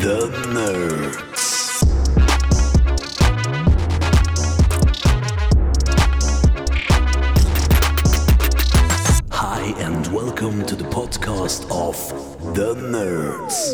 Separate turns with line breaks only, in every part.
The Nerds. Hi and welcome to the podcast of The Nerds.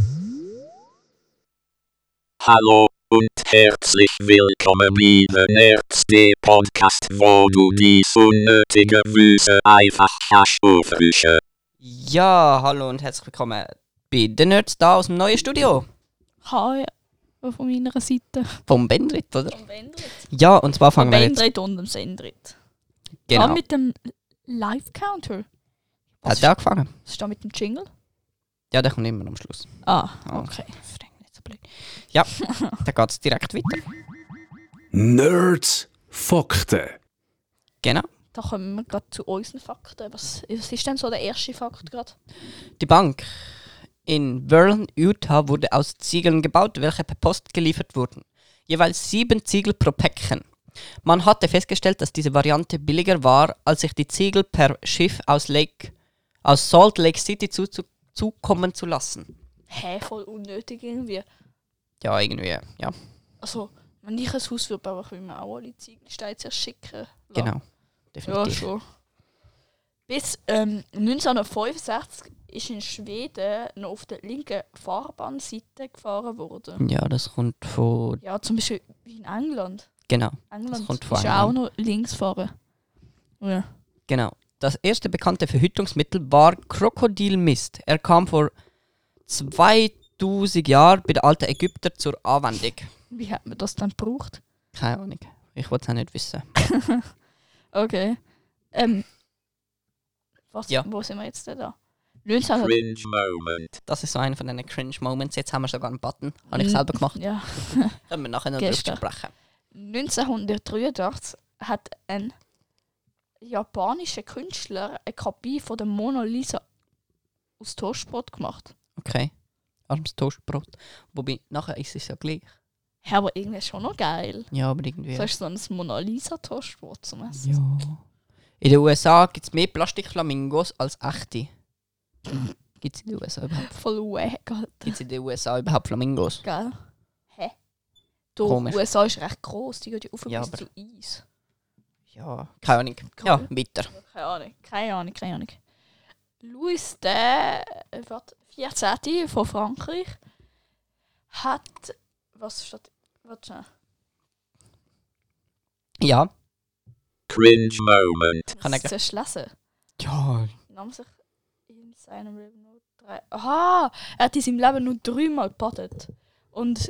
Hallo und herzlich willkommen, liebe Nerds, der Podcast, wo du dies unnötige Wüse einfach hast auffrischen.
Ja, hallo und herzlich willkommen bei den Nerds da aus dem neuen Studio.
Hi, von meiner Seite.
Vom Bendrit, oder?
Vom Bendrit.
Ja, und zwar fangen
Vom
wir jetzt...
Bendrit und dem Sendrit.
Genau.
Da mit dem Live-Counter.
Hat der angefangen?
Was ist da mit dem Jingle?
Ja, der kommt immer am Schluss.
Ah,
Oh.
okay.
Nicht so blöd. Ja, dann geht es direkt weiter.
Nerds Fakten.
Da
Genau.
kommen wir gerade zu unseren Fakten. Was ist denn so der erste Fakt gerade?
Die Bank in Vernon, Utah wurde aus Ziegeln gebaut, welche per Post geliefert wurden. Jeweils 7 Ziegel pro Päckchen. Man hatte festgestellt, dass diese Variante billiger war, als sich die Ziegel per Schiff aus Salt Lake City zukommen zu lassen.
Hä, voll unnötig irgendwie.
Ja, irgendwie, ja.
Also, wenn ich ein Haus würde bauen, würde ich mir auch alle Ziegelsteine zuerst schicken lassen.
Genau.
Ja,
Definitiv.
schon. Bis 1965 ist in Schweden noch auf der linken Fahrbahnseite gefahren worden.
Ja, das kommt von...
Ja, zum Beispiel wie in England.
Genau,
England
kommt von
ist ja auch
England.
noch links fahren. Ja.
genau. Das erste bekannte Verhütungsmittel war Krokodilmist. Er kam vor 2000 Jahren bei den alten Ägyptern zur Anwendung.
Wie hat man das dann gebraucht?
Keine Ahnung. Ich wollte es auch nicht wissen.
Okay.
Ja.
Wo sind wir jetzt denn da? 19...
Cringe Moment.
Das ist so einer von diesen Cringe-Moments. Jetzt haben wir sogar einen Button. Habe ich selber gemacht.
Ja.
Können wir nachher noch drüber
Gestern.
sprechen.
1983 hat ein japanischer Künstler eine Kopie von der Mona Lisa aus Toastbrot gemacht.
Okay. Armes Toastbrot. Wobei, nachher ist es ja gleich.
Ja, aber irgendwie schon noch geil.
Ja, aber irgendwie...
So ist so ein Mona Lisa Toastbrot zum Essen.
Ja. In den USA gibt es mehr Plastikflamingos als echte. Gibt es in den USA überhaupt?
Voll wack, Alter.
Gibt es in den USA überhaupt Flamingos?
Gell? Hä? Die
Komisch.
USA ist recht gross, die gehen ja auf
Ja,
bis
aber-
zu Eis.
Ja, keine Ahnung. Ja, weiter.
Keine Ahnung. Louis der 14. von Frankreich hat... Was steht... Warte schnell.
Ja.
Cringe Moment.
Kann ich-
Das ist lesen.
Ja.
Nahm sich in seinem Leben nur 3... Aha! Er hat in seinem Leben nur 3-mal gebadet. Und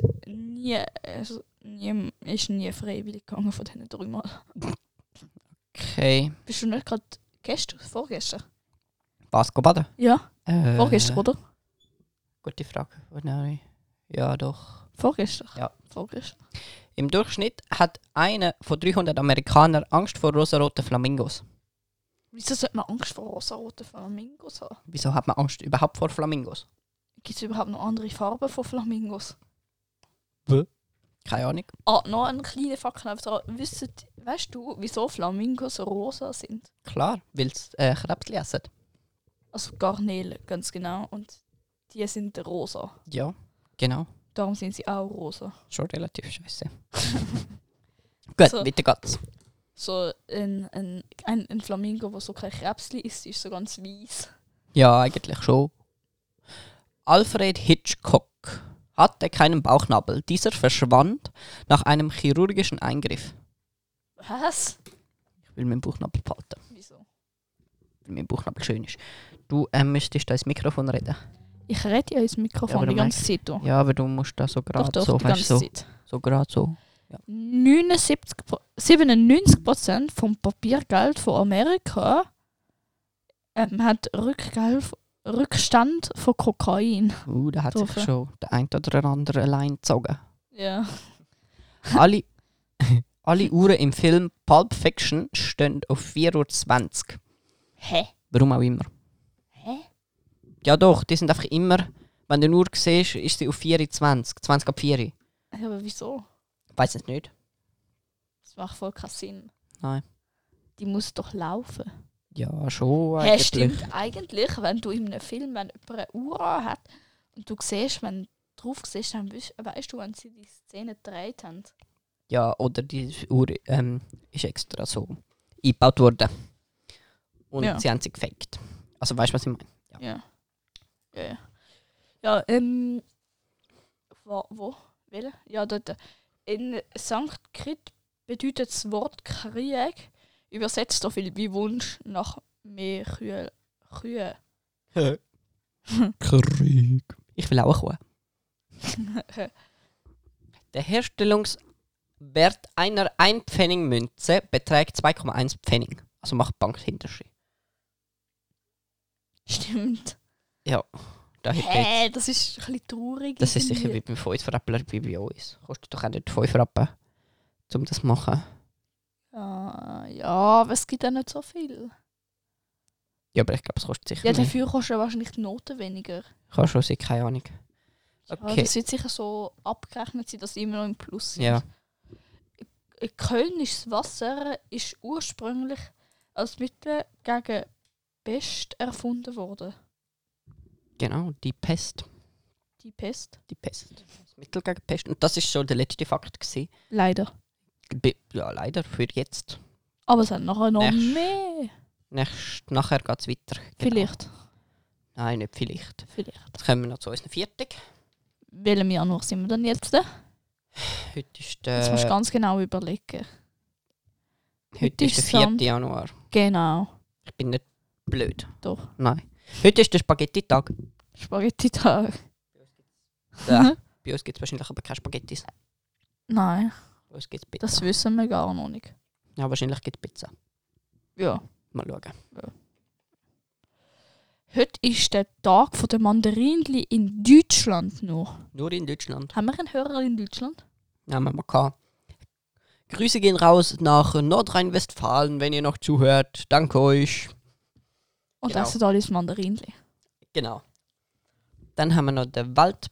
ist nie freiwillig gegangen von diesen 3-mal.
Okay.
Bist du nicht gerade vorgestern?
Was, go baden?
Ja, vorgestern, oder?
Gute Frage. Oh nein. Ja, doch.
Vorgestern?
Ja.
Vorgestern.
Im Durchschnitt hat einer von 300 Amerikanern Angst vor rosaroten Flamingos.
Wieso sollte man Angst vor rosaroten Flamingos haben?
Wieso hat man Angst überhaupt vor Flamingos?
Gibt es überhaupt noch andere Farben von Flamingos?
Keine Ahnung.
Ah, noch ein kleiner Fakt. Weißt du, wieso Flamingos rosa sind?
Klar, weil es Krebs essen.
Also Garnelen, ganz genau. Und die sind rosa.
Ja, genau.
Darum sind sie auch rosa.
Schon relativ scheiße. Gut,
So.
weiter geht's.
So ein Flamingo, der so kein Krebsli ist so ganz weiß.
Ja, eigentlich schon. Alfred Hitchcock hatte keinen Bauchnabel. Dieser verschwand nach einem chirurgischen Eingriff.
Was?
Ich will meinen Bauchnabel behalten,
Wieso?
weil mein Bauchnabel schön ist. Du müsstest da ins Mikrofon reden.
Ich rede ja ins
Ja,
Mikrofon
aber
die
du
ganze Zeit. Da.
Ja, aber du musst da so gerade
Doch,
so,
die
weißt
ganze
du,
Zeit.
so gerade so.
97% vom Papiergeld von Amerika hat Rückstand von Kokain.
Da hat sich
Doof.
schon der ein oder andere allein gezogen.
Ja.
alle, alle Uhren im Film Pulp Fiction stehen auf 4:20 Uhr.
Hä?
Warum auch immer.
Hä?
Ja doch, die sind einfach immer, wenn du nur siehst, ist sie auf 4:20 Uhr, 20 ab 4 Uhr.
Ja, aber wieso?
Weiß es nicht.
Das macht voll keinen Sinn.
Nein.
Die muss doch laufen.
Ja, schon
Hä, stimmt eigentlich, wenn du in einem Film, wenn jemand eine Uhr hat und du siehst, wenn drauf siehst, dann weißt du, wenn sie die Szene gedreht haben.
Ja, oder die Uhr ist extra so eingebaut worden. Und
Ja.
sie haben sie gefaked. Also weißt du, was ich meine?
Ja. Ja, wo? Welche? Ja, dort. In St. Krit bedeutet das Wort Krieg übersetzt so viel wie Wunsch nach mehr Kühe.
Krieg. Ich will auch eine Kuh. Der Herstellungswert einer 1-Pfennig-Münze beträgt 2,1 Pfennig. Also macht die Bank hinterher.
Stimmt.
Ja. Da hat jetzt,
Das ist ein bisschen traurig.
das ist sicher
irgendwie.
wie beim 5-Rappler wie bei uns. Kostet doch auch nicht 5 Rappen, um das zu machen.
Ja, aber es gibt auch nicht so viel.
Ja, aber ich glaube, es kostet sicher
Ja,
mehr.
dafür kostet wahrscheinlich die Noten weniger.
Ich habe schon sicher keine Ahnung.
Ja,
Okay.
das wird sicher so abgerechnet sein, dass sie immer noch im Plus sind.
Ja.
Kölnisches Wasser ist ursprünglich als Mittel gegen Pest erfunden worden.
Genau, die Pest.
Die Pest.
Die Pest. Das Mittel gegen Pest. Und das ist schon der letzte Fakt gewesen.
Leider.
Ja, leider für jetzt.
Aber es hat nachher noch
Nächst-
mehr.
Nachher geht es weiter. Genau.
Vielleicht.
Nein, nicht vielleicht.
Vielleicht.
Jetzt kommen wir noch zu unseren Viertag.
Welchem Januar sind wir dann jetzt?
Heute ist
Das musst du
der,
ganz genau überlegen.
heute ist der
ist
4.
Sam-
Januar.
Genau.
Ich bin nicht blöd.
Doch.
Nein. Heute ist der Spaghetti-Tag.
Spaghetti-Tag.
Ja. Bei uns gibt es wahrscheinlich aber keine Spaghettis.
Nein,
Bei uns gibt es Pizza.
das wissen wir gar noch nicht.
Ja, wahrscheinlich gibt es Pizza.
Ja.
Mal schauen.
Heute ist der Tag der Mandarinli in Deutschland noch.
Nur in Deutschland.
Haben wir einen Hörer in Deutschland?
Ja, wir mal gehabt. Grüße gehen raus nach Nordrhein-Westfalen, wenn ihr noch zuhört. Danke euch.
Und
Genau.
essen alles Mandarinli.
Genau. Dann haben wir noch den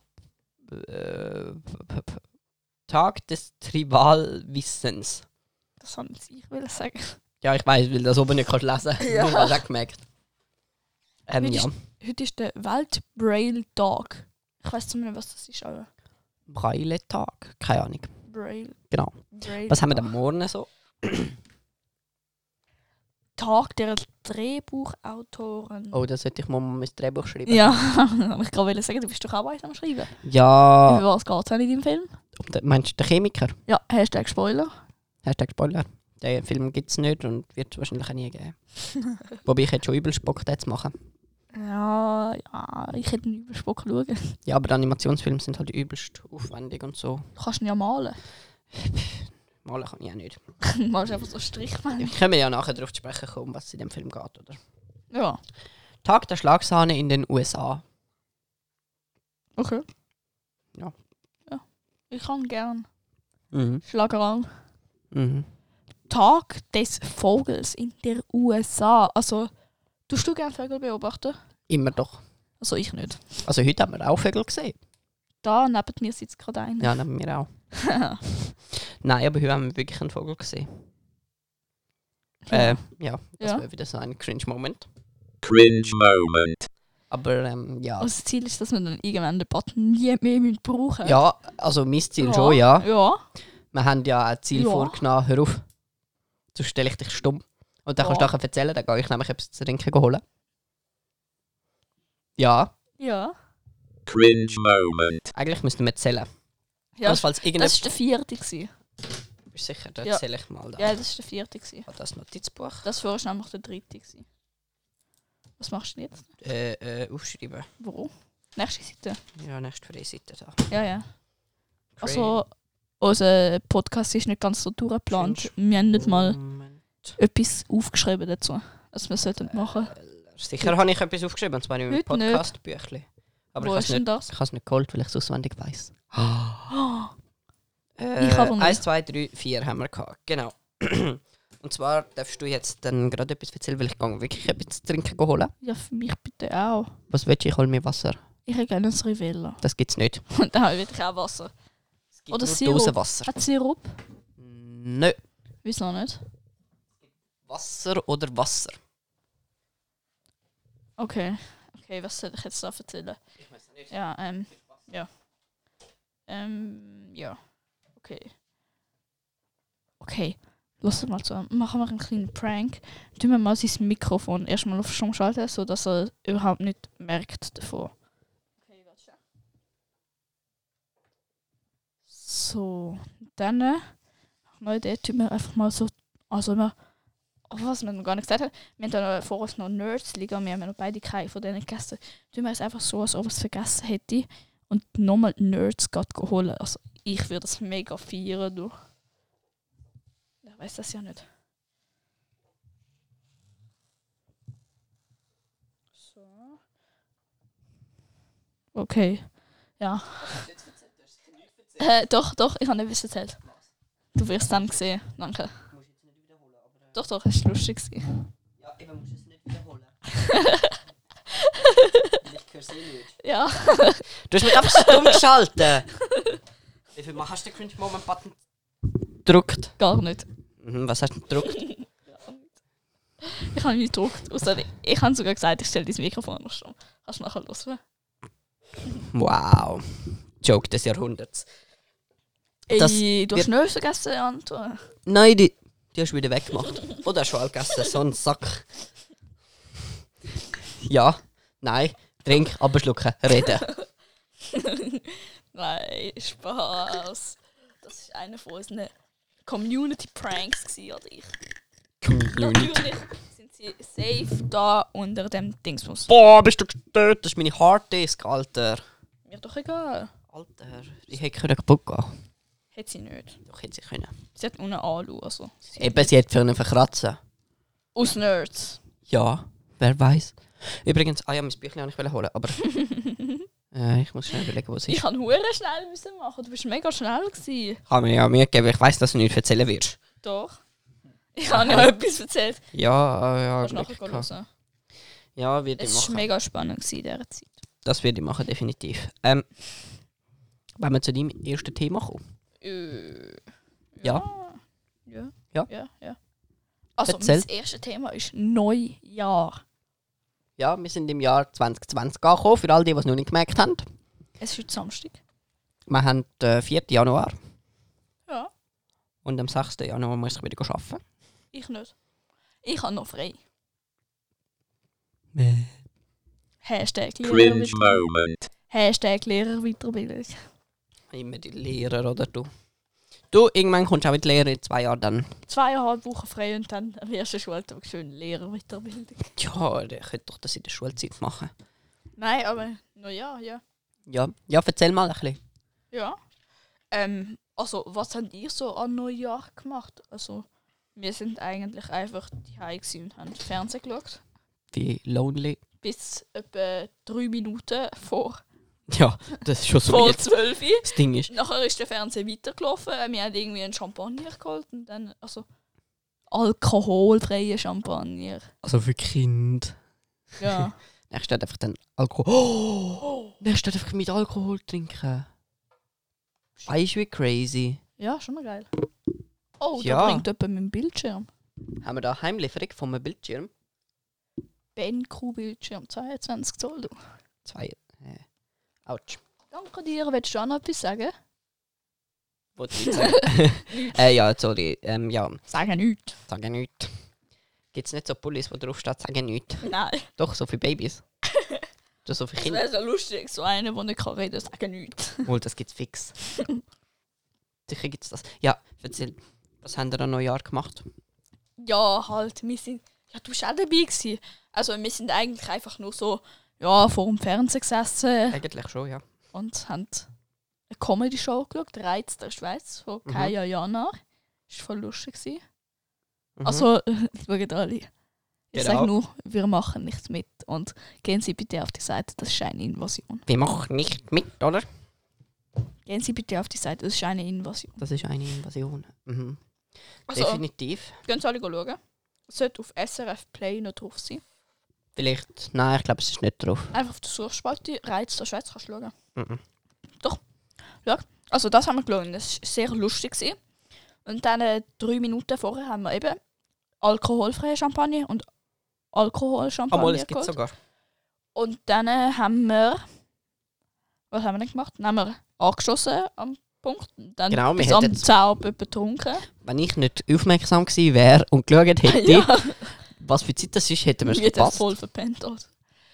Tag des Trivalwissens.
Das haben ich will sagen.
Ja, ich weiß, weil das oben nicht kannst lesen.
Ja.
Nur hast du auch gemerkt.
Heute
Ja.
Heute ist der Welt-Braille-Tag. Ich weiß zumindest, was das ist, aber
Braille-Tag. Keine Ahnung.
Braille.
Genau.
Braille
Was haben wir denn morgen so?
Tag der Drehbuchautoren.
Oh, da sollte ich mal mein Drehbuch schreiben.
Ja, aber ich gerade sagen, du bist doch auch eins am Schreiben.
Ja.
Über was geht es denn in deinem Film?
Meinst du den Chemiker?
Ja, Hashtag Spoiler.
Hashtag Spoiler. Den Film gibt es nicht und wird es wahrscheinlich auch nie geben. Wobei ich hätte schon übel Bock, den zu machen.
Ja, ich hätte einen Überspock schauen.
Ja, aber die Animationsfilme sind halt übelst aufwendig und so.
Du kannst ihn ja malen.
Malen kann ich auch nicht.
Du malst einfach so Strichmännchen.
Wir können ja nachher darauf zu sprechen kommen, was in dem Film geht, oder?
Ja,
Tag der Schlagsahne in den USA.
okay.
Ja.
Ich kann gern.
Mhm.
Schlagerang.
Mhm.
Tag des Vogels in der USA. Also, tust du gerne Vögel beobachten?
Immer doch.
Also ich nicht.
Also heute haben wir auch Vögel gesehen.
Da neben mir sitzt gerade einer.
Ja, neben mir auch. Nein, aber heute haben wir wirklich einen Vogel gesehen. Ja, das
Ja.
wäre wieder so ein Cringe-Moment.
Cringe moment.
Aber ja.
Also das Ziel ist, dass wir dann irgendwann den Button nie mehr brauchen müssen.
Ja, also mein Ziel schon, ja.
Ja.
Wir haben ja ein Ziel
Ja.
vorgenommen. Hör auf. Sonst stelle ich dich stumm. Und dann kannst du
Ja.
nachher erzählen, dann gehe ich nämlich etwas zu trinken holen. Ja,
Ja.
Cringe moment.
eigentlich müssten wir zählen.
Ja,
Also, falls
das
irgendetwas...
war der 4. gewesen.
Bist du sicher? Dann
Ja.
zähle ich mal da.
Ja, das war der 4. gewesen.
Das Notizbuch.
Das vorher war nämlich der 3. gewesen. Was machst du denn jetzt?
Aufschreiben.
Wo? Nächste Seite.
Ja, nächste Seite da.
Ja, ja. Also, unser Podcast ist nicht ganz so durchgeplant. Wir haben nicht mal
Moment.
etwas aufgeschrieben dazu, was wir sollten machen.
Sicher habe ich etwas aufgeschrieben, und zwar in meinem
Heute nicht.
Podcast-Büchlein. Aber
Wo
ich
ist denn das?
habe es nicht geholt, weil ich es auswendig weiss.
Ich habe nicht.
1, 2, 3, 4 haben wir gehabt. Genau. Und zwar darfst du jetzt dann gerade etwas erzählen, weil ich gehe wirklich etwas zu trinken holen.
Ja, für mich bitte auch.
Was willst du? Ich hole mir Wasser.
Ich hätte gerne ein Rivella.
Das gibt es nicht.
Und dann will ich auch Wasser.
Es gibt
Oder
nur
Sirup.
Dosenwasser.
Hat Sirup?
Nö.
Wieso nicht?
Wasser oder Wasser?
Okay. Okay, was soll ich jetzt da erzählen?
Ich weiß nicht.
Ja, ja. Ja. Okay. Lass mal so. Machen wir einen kleinen Prank. Tun wir mal sein Mikrofon erstmal auf Stumm schalten, sodass er überhaupt nicht merkt davon. Okay, warte schon. So, dann neue Idee tun wir einfach mal so. Also immer. Was wir noch gar nicht gesagt haben. Wir haben da vor uns noch Nerds liegen. Wir haben noch beide keine von denen gegessen. Tun wir es einfach so, als ob ich es vergessen hätte. Und nochmal Nerds holen. Also ich würde das mega feiern. Du. Ich weiß das ja nicht. So. Okay. Ja. Doch, ich habe nicht erzählt. Du wirst dann sehen. Danke. Doch, es war lustig.
Ja, eben musst du es nicht wiederholen. Ich höre sie nicht.
Ja.
Du hast mich einfach stumm geschaltet. Wie viel Mal hast du den Cringe-Moment-Button gedrückt?
Gar nicht.
Was hast du gedrückt?
Ich habe nicht gedruckt. Ausser ich habe sogar gesagt, ich stelle dein Mikrofon noch schon. Kannst du nachher hören?
Wow. Joke des Jahrhunderts. Das
Ey, du hast nicht vergessen, Anton.
Nein, die hast du wieder weggemacht. Oder schon all gegessen, so ein Sack. Ja, nein, trink, abschlucken, reden.
Nein, Spaß. Das war einer von unseren Community-Pranks, oder ich? Natürlich sind sie safe da unter dem Dingsbus.
Boah, bist du gestört? Das ist meine Harddisk, Alter.
Mir doch egal.
Alter, die hätte kaputt gehen.
Hätte sie nicht.
Doch, hätte sie können.
Sie hat unten anschauen, also.
Eben, sie hätte für einen verkratzen.
Aus Nerds.
Ja, wer weiß. Übrigens, ja, mein Büchlein wollte ich holen, aber ich muss schnell überlegen, wo es
Ich
ist.
kann hure schnell müssen machen. Du bist mega schnell gewesen.
Kann mir ja Mühe geben, ich weiss, dass du nichts erzählen wirst.
Doch. Ich habe ja etwas erzählt.
Ja,
Kannst
Glück
nachher
gehabt.
hören.
Ja, würde ich
Es war
machen.
mega spannend in dieser Zeit.
Das würde ich machen, definitiv. Wenn wir zu deinem ersten Thema kommen. Ja.
Ja. Also,
Erzähl.
mein erstes Thema ist Neujahr.
Ja, wir sind im Jahr 2020 angekommen, für all die, die es noch nicht gemerkt haben.
Es ist heute Samstag.
Wir haben den 4. Januar
Ja.
und am 6. Januar muss ich wieder arbeiten.
Ich nicht. Ich habe noch frei. Hashtag
Cringe moment.
Hashtag Lehrerweiterbildung.
Immer die Lehrer, oder du? Du, irgendwann kommst du auch mit Lehrer in 2 Jahren dann.
2,5 Wochen frei und dann am ersten Schultag schön Lehrerweiterbildung.
Ja, der könnte doch das in der Schulzeit machen.
Nein, aber Neujahr, ja.
Ja, erzähl mal ein bisschen.
Ja. Also, was habt ihr so an Neujahr gemacht? Also, wir sind eigentlich einfach daheim gewesen und haben Fernsehen geschaut.
Wie lonely.
Bis etwa 3 Minuten vor
Ja, das ist schon so
vor
wie jetzt
12 Uhr.
das Ding ist.
Nachher ist der Fernseher weitergelaufen. Wir haben irgendwie einen Champagner geholt und dann, also alkoholfreie Champagner.
Also für Kind.
Ja.
Er steht einfach dann Alkohol. Oh! Er steht einfach mit Alkohol trinken. Weißt du, wie crazy?
Ja, schon mal geil. Oh,
Ja.
da bringt jemand meinen Bildschirm.
Haben wir da Heimlieferung von einem Bildschirm?
BenQ-Bildschirm, 22 Zoll. Du.
2. Autsch.
Danke dir. Willst du auch noch etwas sagen?
Wollte ich nicht sagen. Ja, sorry. Ja,
Sagen nichts.
sagen nichts. Gibt es nicht so Pullis, wo drauf steht, sagen nichts?
Nein.
Doch, so für Babys. Oder so für
Das
Kinder.
wäre so lustig. So einer, der nicht reden kann, sagen nichts.
Wohl, das gibt's fix. Sicher gibt's das. Ja, erzähl. Was haben wir an Neujahr gemacht?
Ja, halt. Wir sind... Ja, du warst auch dabei gewesen. Also, wir sind eigentlich einfach nur so... Ja, vor dem Fernsehen gesessen
Eigentlich schon, ja.
und haben eine Comedy-Show geschaut. «Reiz der Schweiz» von Kaya Jana. Das war voll lustig gewesen.
Mhm.
Also, schauen alle. Ich
Genau.
sage nur, wir machen nichts mit. Und gehen Sie bitte auf die Seite, das ist eine Invasion.
Wir machen nicht mit, oder?
Gehen Sie bitte auf die Seite, das ist eine Invasion.
Das ist eine Invasion. Mhm.
Also,
Definitiv.
gehen Sie alle schauen. Es sollte auf SRF Play noch drauf sein.
Vielleicht. Nein, ich glaube, es ist nicht drauf.
Einfach auf der Suchspalte «Reiz der Schweiz» kannst du schauen.
Mhm.
Also das haben wir geschaut. Das war sehr lustig gewesen. Und dann 3 Minuten vorher haben wir eben alkoholfreie Champagner und Alkoholchampagner
Obwohl, es gibt
geholt.
sogar.
Und dann haben wir... Was haben wir denn gemacht? Dann haben wir angeschossen am Punkt. Dann
Genau, wir
bis am
hätten-
10 Abend betrunken.
Wenn ich nicht aufmerksam gewesen wäre und geschaut hätte,
Ja,
was für Zeit das ist, hätten wir es
wir das
verpasst.
voll verpennt. Also.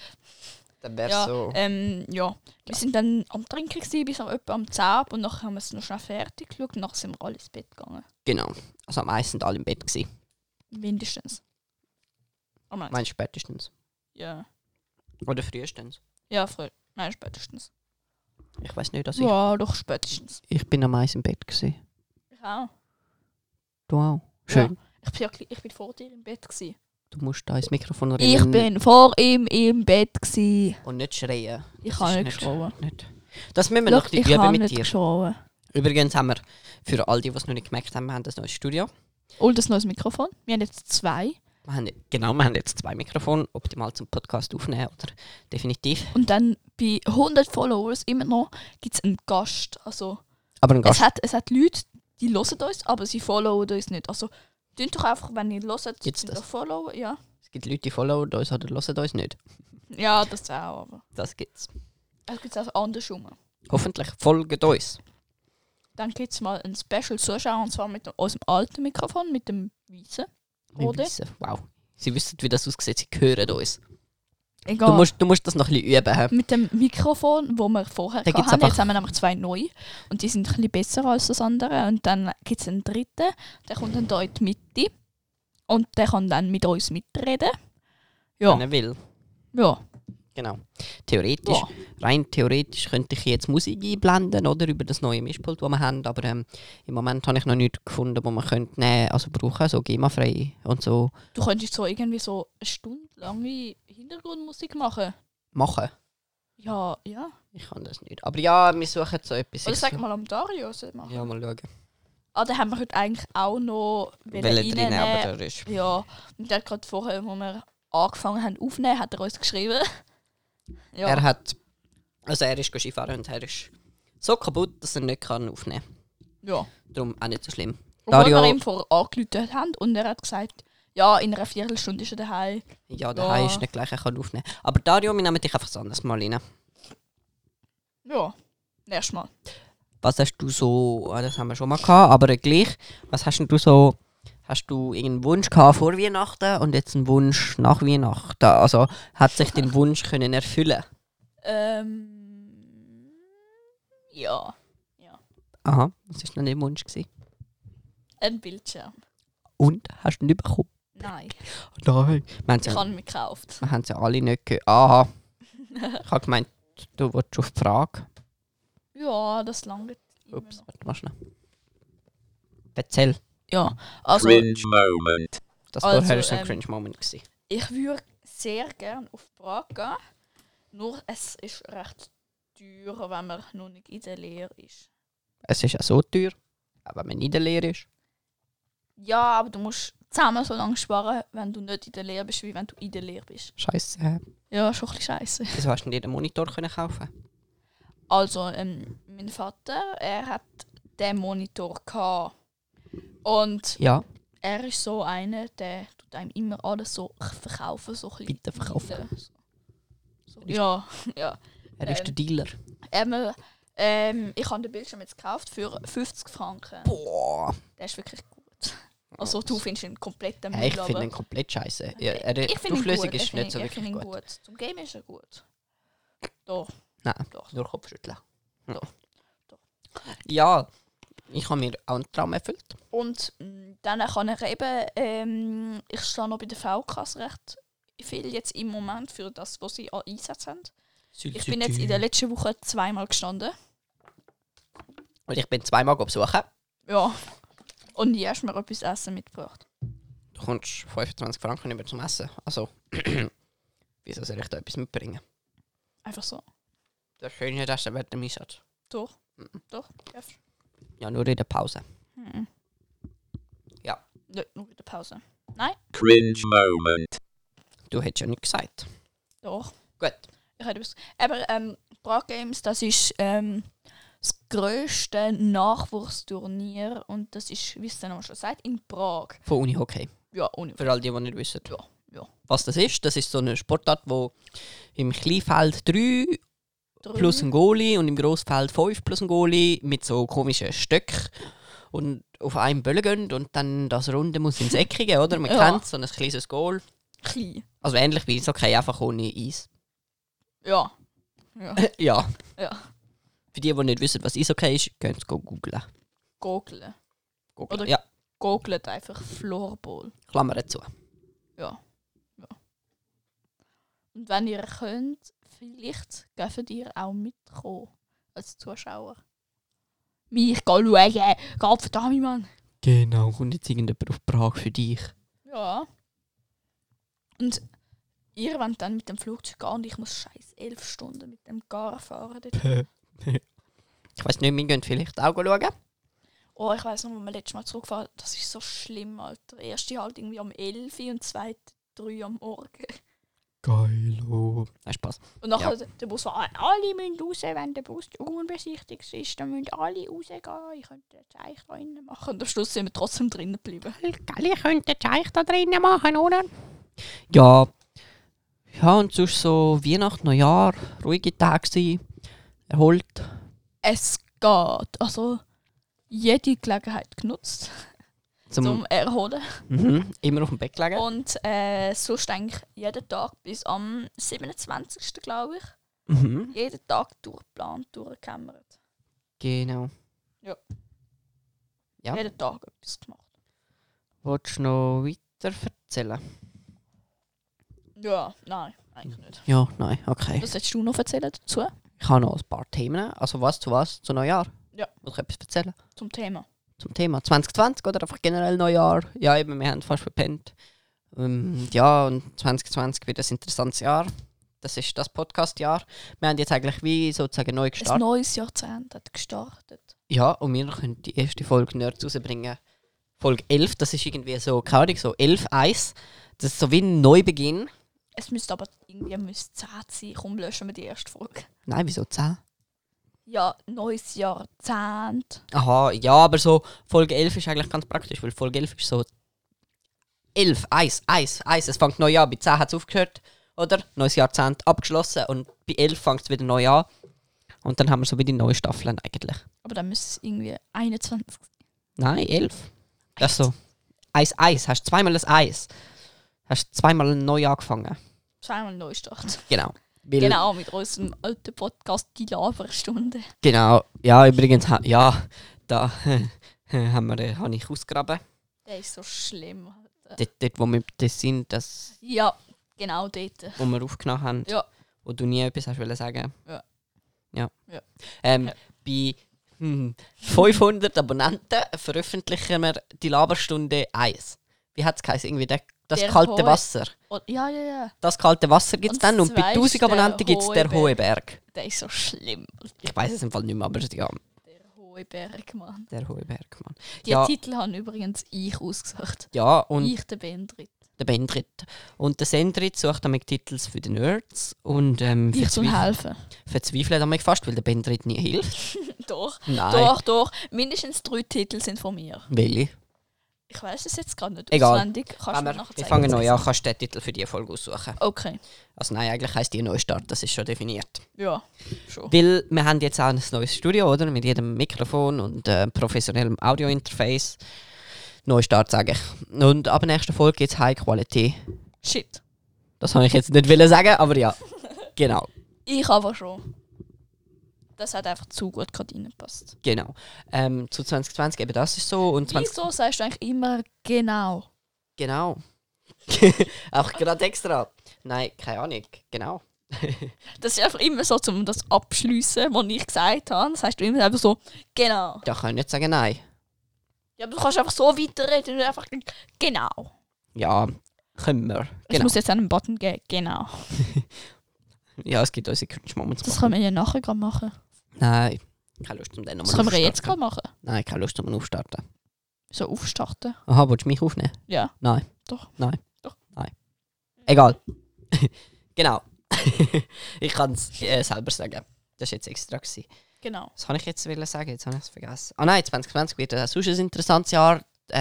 Dann wäre
Ja,
so...
ja. Wir sind dann am Trinken gewesen, bis etwa am 10 Abend und nachher haben wir es noch schnell fertig geschaut und nachher sind wir alle ins Bett gegangen.
Genau. Also am meisten sind alle im Bett gewesen.
Mindestens. Oh nein.
Meinst du spätestens?
Ja.
Oder frühestens?
Ja, früh. Nein, spätestens.
Ich weiß nicht, dass
Ja, doch spätestens.
ich bin am meisten im Bett gewesen.
Ich auch.
Du auch? Schön.
Ich bin vor dir im Bett gewesen.
Du musst da ins Mikrofon
Ich bin vor ihm im Bett gewesen.
Und nicht schreien.
Ich
Das
kann
ist
nicht geschrauen.
Nicht. Das müssen wir noch
Schau,
ein
ich
bisschen üben
kann
mit
nicht
dir.
geschrauen.
Übrigens haben wir, für all die, die es noch nicht gemerkt haben, wir haben das neues Studio.
Und das neues Mikrofon. Wir haben jetzt 2.
Wir haben jetzt 2 Mikrofone, optimal zum Podcast aufnehmen, oder definitiv.
Und dann bei 100 Followers immer noch gibt es einen Gast. Also,
Aber ein Gast.
es hat Leute, die hören uns, aber sie followen uns nicht. Also, tönt doch einfach, wenn ihr hört,
Gibt's
sind
das?
doch followen. Ja.
Es gibt Leute, die followen uns oder hören uns nicht.
Ja, das auch, aber
Das gibt's.
es gibt es auch andersrum.
Hoffentlich folgt uns.
Dann gibt es mal einen Special-Zuschauer, und zwar mit unserem alten Mikrofon, mit dem weißen.
Wir
Oder?
wissen. Wow. Sie wissen, wie das aussieht. Sie hören uns.
Egal.
Du musst das noch ein bisschen üben. Hä?
Mit dem Mikrofon, wo wir vorher
Da gibt's
hatten.
einfach-
Jetzt haben wir nämlich 2 neu. Und die sind ein bisschen besser als das andere. Und dann gibt es einen dritten, der kommt dann hier in die Mitte. Und der kann dann mit uns mitreden. Ja.
Wenn er will.
Ja.
Genau. Theoretisch,
Ja.
rein theoretisch könnte ich jetzt Musik einblenden, oder, über das neue Mischpult, das wir haben, aber im Moment habe ich noch nichts gefunden, wo man könnte nehmen, also brauchen, so GEMA-frei und so
Du könntest so irgendwie so eine Stunde lange Hintergrundmusik machen.
machen.
Ja, ja.
Ich kann das nicht. Aber ja, wir suchen so etwas.
Oder
Ich
sag
so-
mal am Dario. soll machen.
Ja, mal schauen.
Ah, den haben wir heute eigentlich auch noch
Welche drin, aber
reinnehmen.
der ist...
Ja, und der hat gerade vorher, wo wir angefangen haben aufzunehmen, hat er uns geschrieben. Ja.
Er hat... Also er ist Skifahren und er ist so kaputt, dass er nicht kann aufnehmen kann.
Ja.
Darum auch nicht so schlimm.
Obwohl
Dario-
wir ihm vorher angerufen haben und er hat gesagt, ja, in einer Viertelstunde ist er daheim.
Ja, der Hai ist nicht gleich, er kann aufnehmen. Aber Dario, wir nehmen dich einfach ein anderes Mal rein.
Ja, nächstes Mal.
Was hast du so, das haben wir schon mal gehabt, aber gleich, was hast denn du so, hast du irgendeinen Wunsch gehabt vor Weihnachten und jetzt einen Wunsch nach Weihnachten? Also hat sich dein Wunsch können erfüllen?
Ja,
Aha, was war denn dein Wunsch? Gewesen?
ein Bildschirm.
Und, hast du ihn nicht bekommen?
Nein,
Nein. Wir
ich habe ihn mir gekauft.
haben es ja alle nicht gehört. Aha. Ich habe gemeint, du wolltest auf die Frage.
Ja, das lange.
Ups, warte mal schnell. Erzähl.
Ja, also
Cringe moment.
Das
Also,
vorher war ein Cringe-Moment. Gewesen.
ich würde sehr gerne auf Prag gehen. Nur es ist recht teuer, wenn man noch nicht in der Lehre ist.
Es ist ja so teuer, auch wenn man nicht in der Lehre ist.
Ja, aber du musst zusammen so lange sparen, wenn du nicht in der Lehre bist, wie wenn du in der Lehre bist.
Scheiße.
Ja, schon ein bisschen scheisse.
Wieso hast du nicht den Monitor können kaufen?
Also, mein Vater, er hat den Monitor gehabt. Und
Ja.
er ist so einer, der tut einem immer alles so verkaufen. So ein bisschen
Bitte verkaufen.
So, ja, ja.
Er ist der Dealer.
Ich habe den Bildschirm jetzt gekauft für 50 Franken.
Boah.
Der ist wirklich gut. Also du findest ihn komplett am
Ja, ich finde ihn komplett scheiße. Ja,
ich
die
finde ihn
Auflösung
gut.
ist nicht so
Ich
wirklich
finde ihn
gut.
gut. Zum Game ist er gut. Doch.
Nein,
Doch.
nur Kopfschütteln. Ja.
Doch.
Ja, ich habe mir auch einen Traum erfüllt.
Und dann kann er eben, ich stehe noch bei der VKs recht viel jetzt im Moment für das, was sie an Einsatz haben. Ich bin jetzt in der letzten Woche 2-mal gestanden.
Und ich bin zweimal besuchen.
Ja. Und nie hast du mir etwas Essen mitgebracht.
Du kommst 25 Franken über zum Essen. Also, wieso soll ich da etwas mitbringen?
Einfach so.
Das schöne Essen während dem Einsatz.
Doch. Doch. Darfst.
Ja, nur in der Pause. Ja.
Nicht nur in der Pause.
Cringe moment.
Du hättest ja nicht gesagt.
Doch.
Gut.
Ich hätte etwas. Aber Prague Games, das ist das grösste Nachwuchsturnier und das ist, wie es der Name schon sagt, in Prag.
Von Unihockey.
Ja, ohne.
Für all die nicht wissen.
Ja.
Was das ist so eine Sportart, wo im Kleinfeld 3 plus ein Goalie und im Grossfeld 5 plus ein Goalie mit so komischen Stöcken und auf einem Böllen gehen und dann das Runde muss ins Eckige, oder? Man
Ja.
kennt so ein kleines Goal.
Klein.
Also ähnlich wie Eishockey, einfach ohne Eis.
Ja. Ja.
Ja.
Ja.
Für die nicht wissen, was Eishockey ist, könnt ihr googlen.
Googlen. Oder-
Ja,
Googelt einfach Floorball.
Klammer zu.
Ja. Und wenn ihr könnt, vielleicht dürft ihr auch mitkommen als Zuschauer. Mich schauen, Gott verdammt, Mann.
Genau, kommt jetzt irgendjemand auf Prag für dich.
Ja. Und ihr wollt dann mit dem Flugzeug gehen und ich muss scheiß 11 Stunden mit dem Gar fahren. Dort.
Ich weiss nicht, wir gehen vielleicht auch schauen.
Oh, ich weiss noch, als wir letztes Mal zurückgefahren, das ist so schlimm, Alter. Der erste halt irgendwie um 11 Uhr und der zweite 3 Uhr am Morgen.
Geilo. Nein, Spaß.
Und nachher der Bus war, alle müssen raus, wenn der Bus unbesichtigt ist, dann müssen alle rausgehen. Ich könnte ein Zeichen da drinnen machen. Und am Schluss sind wir trotzdem drinnen geblieben.
Geil, ich könnte den Scheich da drinnen machen, oder? Ja. Ja, und sonst so Weihnachten, Neujahr, ruhige Tage sein, erholt.
Es geht. Also, jede Gelegenheit genutzt, zum Erholen.
Immer auf dem Bett gelegen.
Und sonst eigentlich jeden Tag bis am 27. glaube ich. Jeden Tag durchgeplant, durchgekämmert.
Genau. Ja.
Jeden Tag etwas gemacht.
Wolltest du noch weiter erzählen?
Ja, nein, eigentlich nicht.
Ja, nein, okay.
Was solltest du noch erzählen dazu?
Ich habe noch ein paar Themen. Also was zu was? Zu Neujahr?
Ja.
Muss ich etwas erzählen?
Zum Thema.
Zum Thema 2020 oder einfach generell Neujahr? Ja, eben, wir haben fast verpennt. Ja, und 2020 wird ein interessantes Jahr. Das ist das Podcast-Jahr. Wir haben jetzt eigentlich wie sozusagen neu
Ein
gestartet.
neues Jahrzehnt hat gestartet.
Ja, und wir können die erste Folge Nerds rausbringen. Folge 11, das ist irgendwie so, keine Ahnung, so 11.1. Das ist so wie ein Neubeginn.
Es müsste aber irgendwie 10 sein. Komm, löschen wir die erste Folge.
Nein, wieso 10?
Ja, neues Jahrzehnt.
Aha, ja, aber so Folge 11 ist eigentlich ganz praktisch, weil Folge 11 ist so 11, 1. Es fängt neu an, bei 10 hat es aufgehört, oder? Neues Jahrzehnt abgeschlossen und bei 11 fängt es wieder neu an. Und dann haben wir so wie die neuen Staffeln eigentlich.
Aber dann müsste es irgendwie 21 sein.
Nein, 11. Das ist so. 1. Hast zweimal das 1. Hast zweimal neu angefangen.
Zweimal Neustart.
Genau. Weil,
Genau, mit unserem alten Podcast «Die Laberstunde».
Genau. Ja, übrigens, ja, da habe ich ausgegraben.
Der ist so schlimm. Alter.
Dort, wo wir das sind, das,
Ja, genau dort.
wo wir aufgenommen haben.
Ja.
Wo du nie etwas hast wollen sagen.
Ja.
Ja.
Ja.
Ja. Bei 500 Abonnenten veröffentlichen wir die Laberstunde 1. Wie hat es geheißen? Irgendwie das
Der
kalte
Hohe-
Wasser.
Ja.
Das kalte Wasser gibt es
Und
dann und bei
das
1000
zweite
Abonnenten gibt es der
Hohe
Hohe Berg.
Der ist so schlimm.
Ich weiß es im Fall nicht mehr, aber ja,
Der hohe Berg, Mann.
der Hohe Berg, Mann.
Die
Ja.
Titel haben übrigens ich ausgesucht.
Ja, und
Ich, der Bendrit.
der Bendrit. Und der Sendrit sucht damit Titels für die Nerds und
Ich soll helfen.
verzweifelt damit fast, weil der Bendrit nie hilft.
Doch.
Nein.
Doch. Mindestens 3 Titel sind von mir.
Welche?
Ich weiß es jetzt gerade nicht
Egal.
auswendig. Kannst du mir nachher
Wir
zeigen?
fangen neu an, kannst du den Titel für die Folge aussuchen.
Okay.
Also nein, eigentlich heisst die Neustart, das ist schon definiert.
Ja, schon.
Weil wir haben jetzt auch ein neues Studio, oder? Mit jedem Mikrofon und professionellem Audio-Interface. Neustart, sage ich. Und ab der nächsten Folge gibt es High Quality.
Shit.
Das habe ich jetzt nicht wollen sagen, aber ja. Genau,
Ich aber schon. Das hat einfach zu gut gerade reingepasst.
genau. Zu 2020 eben das ist so und 20...
Wieso sagst du eigentlich immer genau?
Genau. Auch gerade extra. Nein, keine Ahnung. Genau.
Das ist einfach immer so, um das abschliessen, was ich gesagt habe. Das heißt du immer einfach so, genau.
Da kann ich nicht sagen nein.
Ja, aber du kannst einfach so weiterreden und einfach genau.
Ja, können wir.
Es
Genau.
muss jetzt einen Button geben, genau.
Ja, es gibt unsere Cringe Moments.
Das können wir ja nachher gerade machen.
Nein, keine Lust, um den
Das
nochmal
können wir
aufstarten.
jetzt gerade machen.
Nein, keine Lust, um ihn aufstarten.
So aufstarten.
Aha, willst du mich aufnehmen?
Ja.
Nein.
Doch.
Nein.
Doch.
Nein. Egal. Genau. Ich kann es selber sagen. Das war jetzt extra. Gewesen.
Genau.
Was kann ich jetzt wollen sagen? Jetzt habe ich es vergessen. Ah nein, 2020 wird sonst ein interessantes Jahr.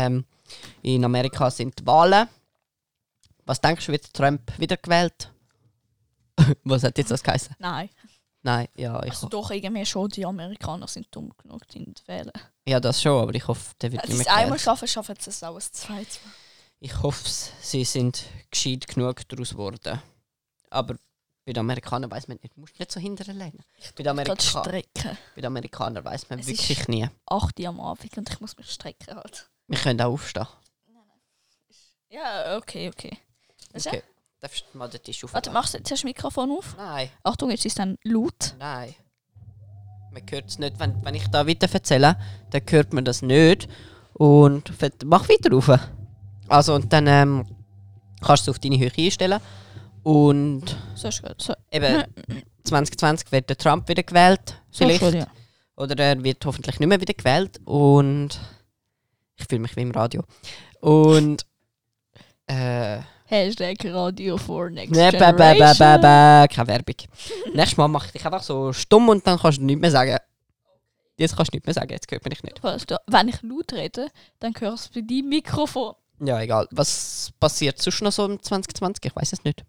In Amerika sind die Wahlen. Was denkst du, wird Trump wiedergewählt? Was hat jetzt das geheißen?
Nein.
Nein, ja,
Also doch, irgendwie schon, die Amerikaner sind dumm genug, die zu wählen.
ja, das schon, aber ich hoffe, der wird
Wenn
nicht
sie
mehr
es einmal
gewählt.
schaffen sie es auch ein zweites Mal.
Ich hoffe, sie sind gescheit genug daraus geworden. Aber bei den Amerikanern weiß man nicht. Du musst nicht so hinterher lehnen. Bei den,
Gerade strecken.
bei den Amerikanern weiß man
Es
wirklich
ist-
nie.
8 Uhr am Abend und ich muss mich strecken halt.
Wir können auch aufstehen.
Ja, okay. Das
Okay. Darfst du mal den Tisch aufmachen?
Warte, machst du jetzt das Mikrofon auf?
Nein,
Achtung, jetzt ist es dann laut.
nein. Man hört es nicht. Wenn ich da weiter erzähle, dann hört man das nicht. Und mach weiter auf. Also, und dann kannst du es auf deine Höhe einstellen. Und
So ist gut. So,
eben 2020 wird der Trump wieder gewählt.
so
Vielleicht.
ist gut, ja.
Oder er wird hoffentlich nicht mehr wieder gewählt. Und ich fühle mich wie im Radio. Und
Hashtag Radio for Next
ne,
Generation.
keine Werbung. Nächstes Mal mache ich dich einfach so stumm und dann kannst du nichts mehr sagen. Jetzt kannst du nichts mehr sagen, jetzt hört man dich nicht.
Weißt du, wenn ich laut rede, dann hörst du bei deinem Mikrofon.
Ja, egal. Was passiert sonst noch so im 2020? Ich weiß es nicht.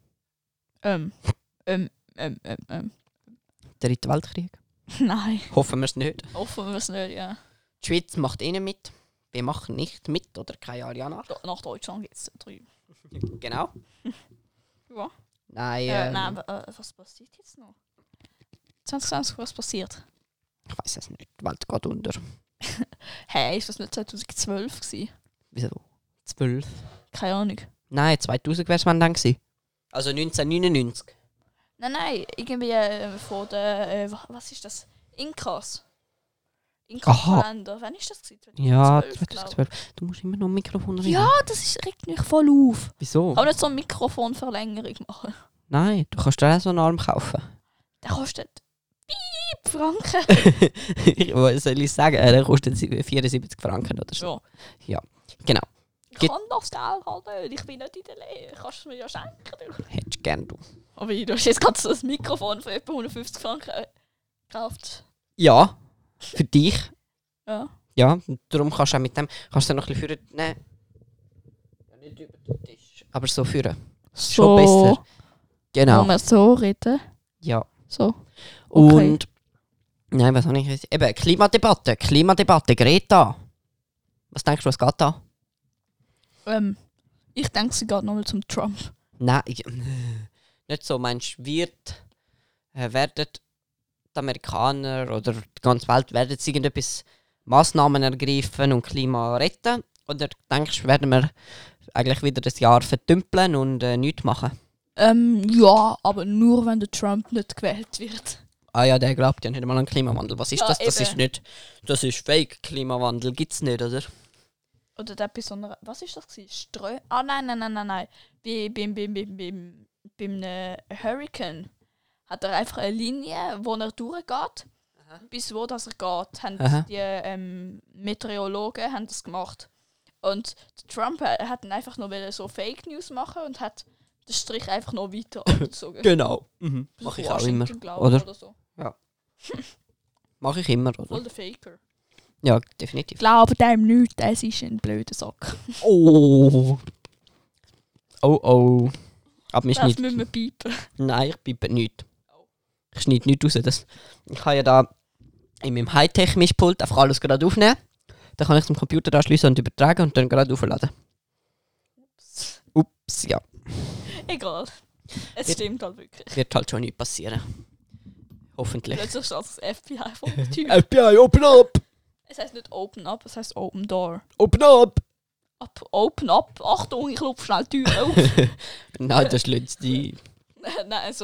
Dritter Weltkrieg?
Nein,
Hoffen wir es nicht.
hoffen wir es nicht, ja.
Die Schweiz macht eh nicht mit. Wir machen nicht mit oder keine Jahre nach.
Nach Deutschland geht es drüben.
Genau.
Ja.
Nein,
Nein, aber, was passiert jetzt noch? 2020, was passiert?
ich weiß es nicht. Die Welt geht unter.
Hey, ist das nicht 2012 gewesen?
Wieso? 12?
Keine Ahnung.
Nein, 2000 wäre es dann gewesen. Also 1999.
Nein, irgendwie von der, was ist das? Inkas.
Aha.
Inkas-Kalender. Wann ist das gewesen?
Ja,
2012,
2012. Du musst immer noch ein Mikrofon reden.
Ja, das regt mich voll auf.
Wieso?
Kann nicht so eine Mikrofonverlängerung machen.
Nein, du kannst dir auch so einen Arm kaufen.
Der kostet Piep Franken.
Was soll ich sagen? Der kostet 74 Franken oder so.
Ja.
Genau.
Ich
Geht-
kann das Geld halt nicht. Ich bin nicht in der Lehre. Kannst du es mir ja schenken. Du.
Hättest du gern, du.
Aber du hast jetzt gerade so ein Mikrofon für etwa 150 Franken gekauft.
Ja, für dich.
Ja.
Ja, und darum kannst du auch mit dem kannst du noch ein bisschen führen. Nein. Ja, nicht über den Tisch. Aber so führen. Schon besser. Genau.
Kann man so reden?
Ja.
So. Okay.
Und. Nein, was habe ich jetzt? Eben, Klimadebatte, Greta. Was denkst du, was geht da?
Ich denke, sie geht nochmal zum Trump.
Nein, nicht so. Meinst du, werden die Amerikaner oder die ganze Welt werden sie irgendetwas Massnahmen ergreifen und Klima retten? Oder denkst du, werden wir eigentlich wieder das Jahr verdümpeln und nichts machen?
Ja, aber nur wenn der Trump nicht gewählt wird.
Ah ja, der glaubt ja nicht einmal an Klimawandel. Was ist
Ja,
das? Das
eben.
ist nicht. Das ist Fake. Klimawandel gibt's nicht, oder?
Oder der besondere. Was ist das gewesen? Streu. Ah nein. Beim Hurricane hat er einfach eine Linie, wo er durchgeht. Bis wo das er geht, haben
Aha.
die Meteorologen haben das gemacht. Und der Trump hat dann einfach noch so Fake News machen und hat den Strich einfach noch weiter abgezogen.
Genau. Mach ich auch immer.
Washington, glaube ich,
Oder?
so.
Mach ich immer,
Voll
oder?
der Faker.
Ja, definitiv.
Glaube dem nicht, das ist ein blöder Sack.
Oh. Oh. Aber wir
Das
schneiden.
müssen wir piepen.
Nein, ich piepe nichts. Ich schneide nichts raus. Ich kann ja da in meinem Hightech-Mischpult einfach alles gerade aufnehmen. Dann kann ich zum Computer anschließen und übertragen und dann gerade aufladen. Ups, ja.
Egal. Es
Wird-
stimmt halt wirklich.
Wird halt schon nicht passieren. Hoffentlich.
Plötzlich steht das FBI vor der Tür.
FBI, open up!
Es heißt nicht Open Up, es heißt Open Door.
Open up!
Open Up. Achtung, ich klopfe schnell die Tür auf.
Nein, das schlützt die.
Nein,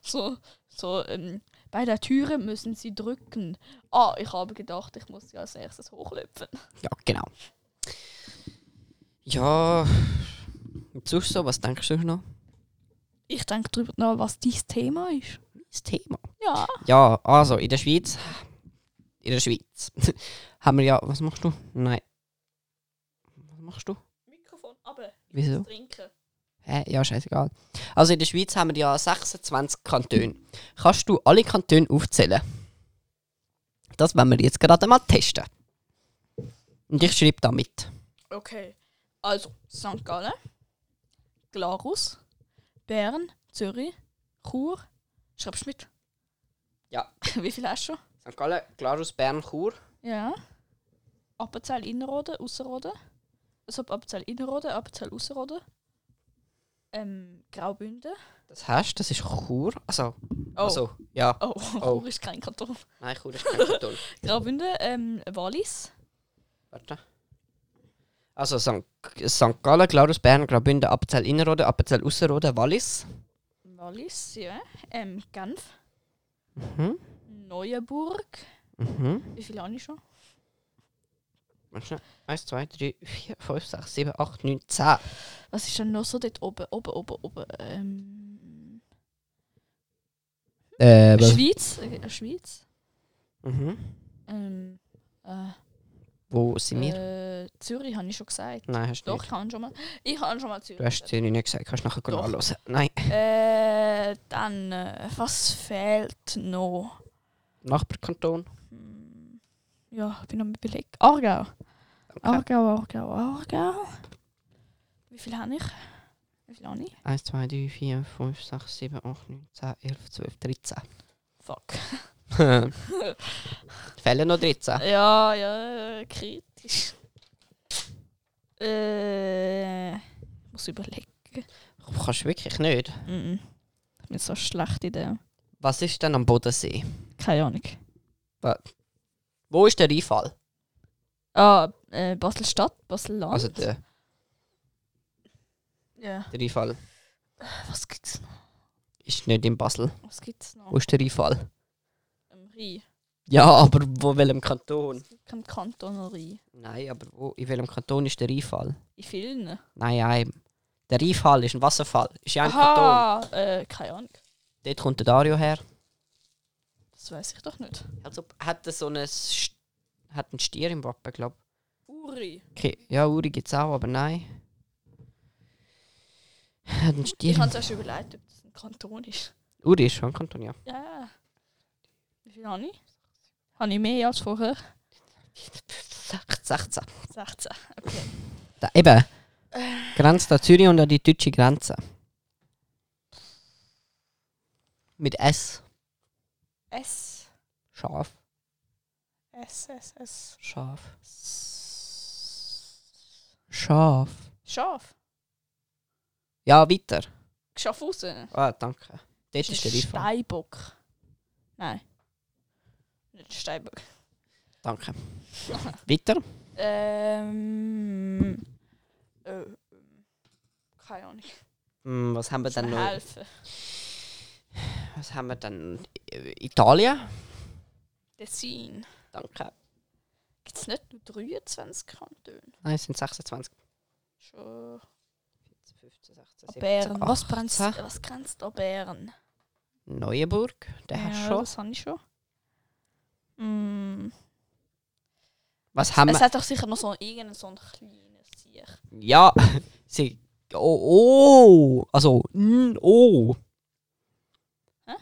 bei der Türe müssen Sie drücken. Ah, ich habe gedacht, ich muss sie als erstes hochlöpfen.
Ja, genau. Ja. Und sonst so, was denkst du noch?
Ich denke darüber nach, was dein Thema ist.
Das Thema.
Ja.
Ja, also in der Schweiz. Haben wir ja. Was machst du? Nein. Was machst du?
Mikrofon, aber
Wieso?
trinken.
Hä? Ja, scheißegal. Also in der Schweiz haben wir ja 26 Kantone. Kannst du alle Kantone aufzählen? Das wollen wir jetzt gerade mal testen. Und ich schreibe da mit.
Okay. Also, St. Gallen, Glarus, Bern, Zürich, Chur. Schreibst du mit?
Ja.
Wie viel hast du schon?
St. Gallen, Glarus, Bern, Chur.
Ja. Appenzell Innerrhoden, Ausserrhoden. Also Appenzell Innerrhoden, Appenzell Ausserrhoden. Graubünden.
Das hast das ist Chur.
Oh.
Also, ja.
Oh,
Oh.
Chur ist kein Kanton.
Nein, Chur ist kein Kanton.
Graubünden, Wallis.
Warte. Also St. Gallen, Glarus, Bern, Graubünden, Appenzell Innerrhoden, Appenzell Ausserrhoden, Wallis.
Wallis, ja. Genf.
Mhm.
Neuenburg.
Mhm.
Wie viele habe ich schon?
1, 2, 3, 4, 5, 6, 7, 8, 9, 10.
Was ist denn noch so dort oben? Schweiz. Schweiz.
Mhm.
Wo
Wo sind wir?
Zürich habe ich schon gesagt.
Nein, hast du
Doch,
nicht.
ich habe schon mal Zürich.
Du hast Zürich nicht gesagt, kannst nachher
Doch.
nachhören. Nein.
Dann, was fehlt noch?
Nachbarkanton.
Ja, ich bin am überlegen. Aargau.
Danke.
Aargau. Wie viel habe ich?
1, 2, 3, 4, 5, 6, 7, 8, 9, 10, 11, 12, 13.
Fuck.
Fehlen noch 13.
Ja, kritisch. Muss überlegen.
Kannst du wirklich nicht.
Ich bin so schlecht in dem.
Was ist denn am Bodensee?
Keine Ahnung.
Wo ist der Rheinfall?
Basel-Stadt, Basel-Land.
Also der
Ja.
Rheinfall
Was gibt's noch?
ist nicht in Basel.
Was gibt's noch?
Wo ist der Rheinfall?
Am Rhein.
Ja, aber wo welchem Kanton?
Kein Kanton Rhein.
Nein, aber in welchem Kanton ist der Rheinfall?
In vielen.
Nein. Der Rheinfall ist ein Wasserfall. Ist ja ein Kanton.
Aha, keine Ahnung.
Dort kommt der Dario her.
Das weiß ich doch nicht.
Also hat er so einen Stier im Wappen, glaube
Uri.
ich. Okay. Ja, Uri gibt es auch, aber nein. Hat einen Stier.
Ich habe zuerst überlegt, ob das ein Kanton ist.
Uri ist schon ein Kanton, ja.
Ja. Wie viel habe ich? Habe ich mehr als vorher?
16.
16. Okay.
Da, eben. Grenzt an Zürich und an die deutsche Grenze. Mit S.
S.
Schaf.
S.
Schaf. Schaf.
Schaf.
Ja, weiter.
Schaffhausen.
Ah, danke. Dort ist der Rheinfall.
Steinbock. Nein. Nicht Steinbock.
Danke. Weiter.
Keine Ahnung.
Was haben wir
Kannst du
dann
mir
noch?
helfen?
Was haben wir dann? Italien.
Tessin.
Danke.
Gibt es nicht nur 23 Kantone?
Nein, es sind 26.
Schon.
15, 16, 17,
Bern.
18.
Was grenzt an Bern?
Neuenburg. Der hast du schon.
Das habe ich schon.
Was haben
Es
wir?
hat doch sicher noch so irgendein so ein kleines Tier.
Ja. Sie. Oh. Also. Oh.
Hä?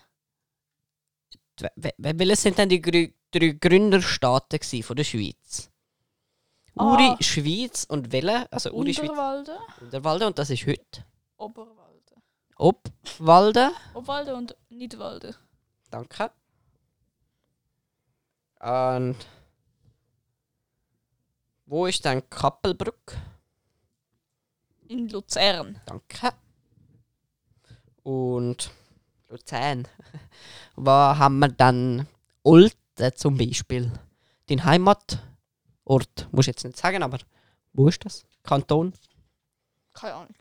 Welche sind denn die drei Gründerstaaten gewesen von der Schweiz? Uri, Schweiz und welche? Also Uri, Schweiz.
Unterwalden.
Unterwalden und das ist heute.
Oberwalden.
Obwalden.
Obwalden und Nidwalden.
Danke. Und wo ist dann Kappelbrück?
In Luzern.
Danke. Und Luzern. Wo haben wir dann Olten zum Beispiel? Dein Heimatort. Muss ich jetzt nicht sagen, aber wo ist das? Kanton?
Keine Ahnung.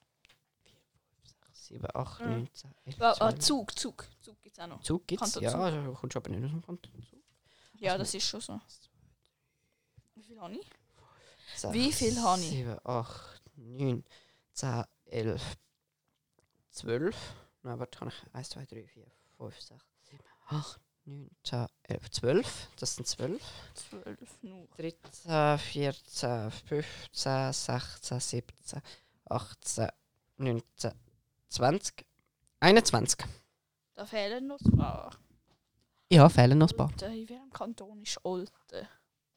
7, 8, 9, 10, 11, 12.
Zug. Zug gibt es auch noch.
Zug gibt's?
Kanton
Ja,
Zug.
da kommst du aber nicht aus dem Kanton Zug.
Ja, das ist schon so. Wie viel habe ich?
6,
Wie viel habe ich?
7, 8, 9, 10, 11, 12. Nein, warte, kann ich 1, 2, 3, 4, 5, 6, 7, 8, 9, 10, 11, 12. Das sind 12.
12 nur.
13, 14, 15, 16, 17, 18, 19, 20, 21.
Da fehlen noch ein paar.
Ja, fehlen noch ein paar.
In welchem Kanton ist Olten?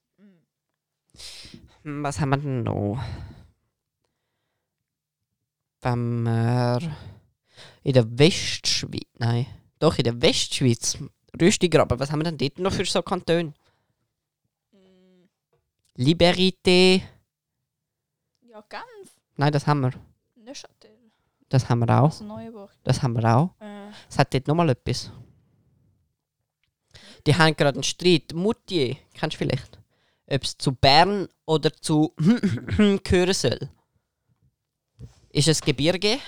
Was haben wir denn noch? Wenn wir in der Westschweiz, nein, doch in der Westschweiz Rüstigraben. Was haben wir denn dort noch für so Kantone? Liberité.
Ja, Genf.
Nein, das haben wir.
Neuchâtel.
Das haben wir auch.
Also Neuenburg.
Das haben wir auch. Es hat dort nochmal etwas. Die haben gerade einen Streit. Moutier, kennst du vielleicht? Ob es zu Bern oder zu gehören soll. Ist es Gebirge?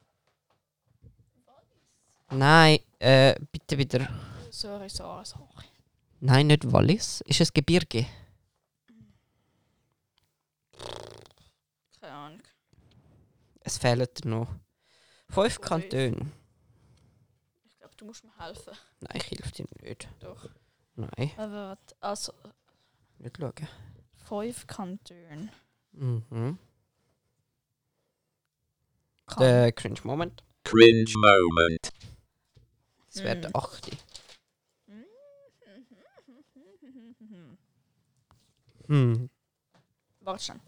Nein, bitte wieder.
Sorry.
Nein, nicht Wallis. Ist es Gebirge?
Keine Ahnung.
Es fehlen noch 5 Kantone.
Ich glaube, du musst mir helfen.
Nein, ich helfe dir nicht.
Doch.
Nein,
Aber warte, also
nicht schauen.
5 Kantone.
Mhm.
Kann.
Der Cringe Moment.
Cringe moment.
Das wäre der 8.
Warte schon.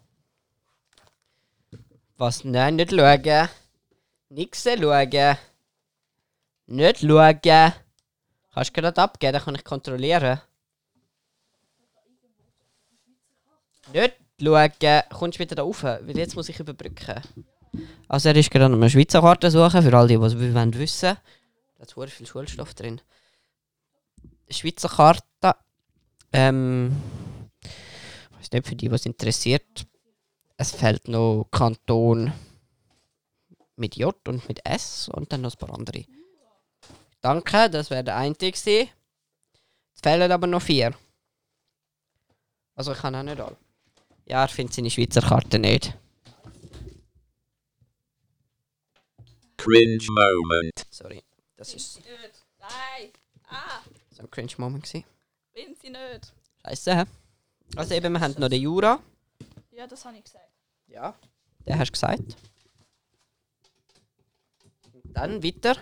Was? Nein, nicht schauen. Nix schauen. Nicht schauen. Kannst du gerade abgeben, dann kann ich kontrollieren. Nicht schauen. Kommst du wieder da rauf? Weil jetzt muss ich überbrücken. Also er ist gerade eine Schweizer Karte suchen, für all die, die es wissen. Da ist sehr viel Schulstoff drin. Schweizer Karte. Ich weiß nicht, für die, was interessiert. Es fehlt noch Kanton mit J und mit S und dann noch ein paar andere. Danke, das wäre der einzige gewesen. Es fehlen aber noch 4. Also ich kann auch nicht alle. Ja, er findet seine Schweizer Karte nicht.
Cringe moment.
Sorry, das ist
nicht. Nein.
so ein cringe Moment gewesen.
Bin sie nicht.
Scheiße, hä? Also eben, wir haben noch den Jura.
Ja, das habe ich gesagt.
Ja. Den hast du gesagt. Dann weiter.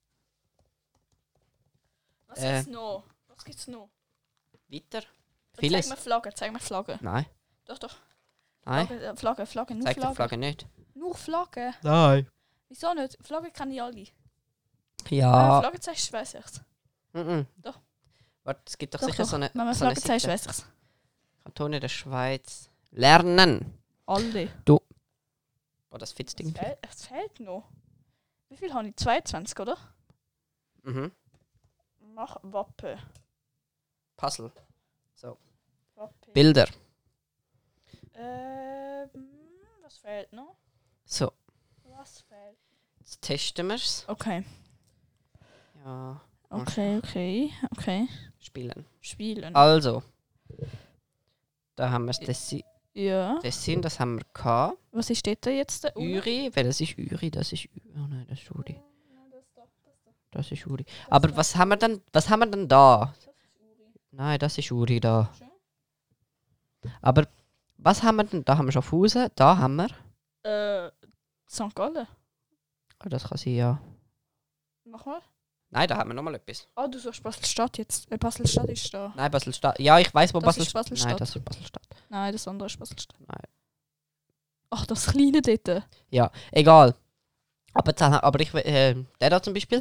Was gibt's noch? Was gibt's noch?
Weiter.
Zeig
Vieles.
mir Flagge.
Nein.
Doch.
Nein.
Flagge, nur
Zeig die
Flagge.
Flagge nicht.
Nur Flagge?
Nein.
Wieso nicht? Flagge kann ich alle.
Ja.
Flagge zeigst, weiss ich's. Doch.
Warte, es gibt doch sicher so eine.
Wenn man
so eine
Flagge zeigst,
Seite.
weiss ich's.
Kantone der Schweiz. Lernen.
Alle.
Oh, das fitzt irgendwie.
Es fehlt noch. Wie viel habe ich? 22, oder?
Mhm.
Mach Wappen.
Puzzle.
Wappen.
Bilder.
Was fehlt noch?
So,
Was fehlt?
jetzt testen wir es.
Okay.
Ja.
Okay.
Spielen.
Spielen.
Also. Da haben wir das
Ja.
Tessin, das haben wir gehabt.
Was ist dort jetzt?
Uri, weil das ist Uri, das ist oh nein, das ist Uri. Das ist Uri. Aber was haben wir denn da? Nein, das ist Uri da. Aber was haben wir denn? Da haben wir Schaffhausen, da haben wir.
St. Gallen.
Oh, das kann sein, ja.
Mach mal.
Nein, da haben wir nochmal etwas.
Ah, du suchst Basel-Stadt jetzt. Basel-Stadt ist da.
Nein, Basel-Stadt. Ja, ich weiß, wo
Das ist
Basel-Stadt.
Basel-Stadt.
Nein, das ist Basel-Stadt.
Nein, das andere ist Basel-Stadt.
Nein.
Ach, das kleine dort.
Ja, egal. Aber ich der da zum Beispiel.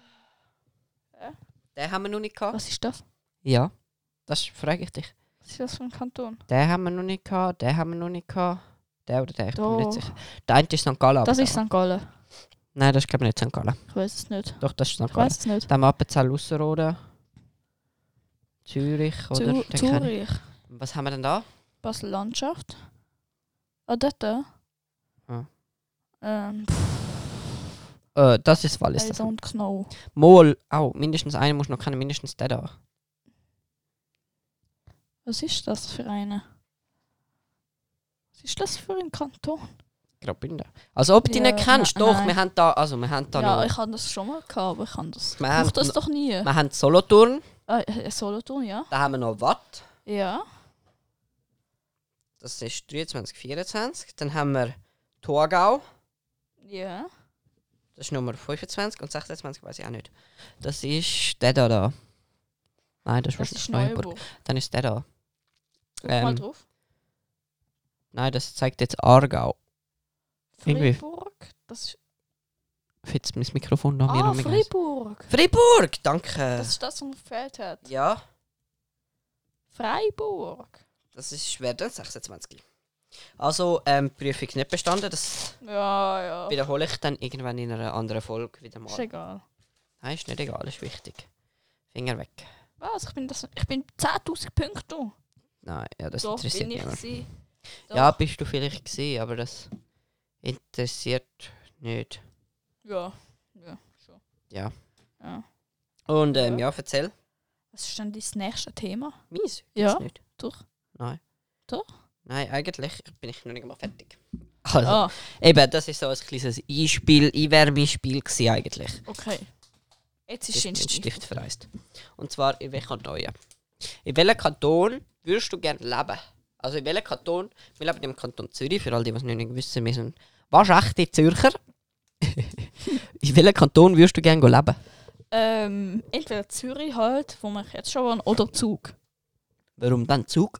Den haben wir noch nicht gehabt.
Was ist das?
Ja, das frage ich dich.
Was ist das für ein Kanton?
Den haben wir noch nicht gehabt, den haben wir noch nicht gehabt. Der oder der, ich bin mir
Da.
nicht sicher. Der eine ist St. Gallen. aber
Das ist
der-
St. Gallen.
Nein, das ist glaube ich nicht St. Gallen.
Ich weiß es nicht.
Doch, das ist St.
Ich
Gallen.
weiß es nicht.
Dann haben wir Appenzell Ausserrhoden. Zürich, oder? Den kenne ich.
Zürich.
Was haben wir denn da?
Basel-Landschaft. Ah, dort?
Ah. Das ist Wallis.
I
Das
don't know.
Mol. Mindestens einen muss noch kennen, mindestens der da.
Was ist das für eine? Was ist das für ein Kanton?
Graubünden. Also ob du ihn
Ja,
nicht kennst,
nein,
doch,
nein.
wir haben da
Ja,
noch.
ich habe das schon mal gehabt, aber ich habe das.
Wir
Ich
haben
brauche das
noch-
doch nie.
Wir haben Solothurn,
Solothurn, ja.
da haben wir noch Watt.
Ja.
Das ist 23, 24. Dann haben wir Thurgau.
Ja.
Das ist Nummer 25 und 26 weiß ich auch nicht. Das ist der da. Nein, das,
Das
ist
ist
Neuenburg.
Neuenburg.
Dann ist der da.
Drück mal
Ähm,
drauf.
Nein, das zeigt jetzt Aargau. Irgendwie-
Freiburg. Das ist.
Jetzt mein Mikrofon noch mir noch
Freiburg.
Freiburg, danke.
Das ist das, was mir gefällt hat.
Ja,
Freiburg.
das ist werden 26. Also, Prüfung nicht bestanden. Das
Ja.
wiederhole ich dann irgendwann in einer anderen Folge wieder
Ist
mal.
egal.
Nein, ist nicht egal, ist wichtig. Finger weg.
Was? Ich bin 10'000 Punkte.
Nein, ja, das
Doch,
interessiert
bin ich
niemand.
gewesen. Doch.
Ja, bist du vielleicht gewesen, aber das interessiert nicht.
Ja, schon.
Ja.
Ja.
Und
Ja.
ja, erzähl.
Was ist dann das nächste Thema?
Mies?
Ja.
Gibt's nicht.
Doch.
Nein.
Doch?
Nein, eigentlich bin ich noch nicht mal fertig. Also,
Ah,
eben, das ist so ein kleines Einwärmespiel gewesen eigentlich.
okay. Jetzt ist
Ist
ein
ein
Stift.
Stift verreist. Und zwar in welchem Neuen. In welchem Kanton würdest du gerne leben? Also in welchem Kanton? Wir leben im Kanton Zürich, für all die, die es nicht wissen, wir sind waschechte Zürcher. In welchem Kanton würdest du gerne leben?
Entweder Zürich halt, wo wir jetzt schon waren, oder Zug.
Warum dann Zug?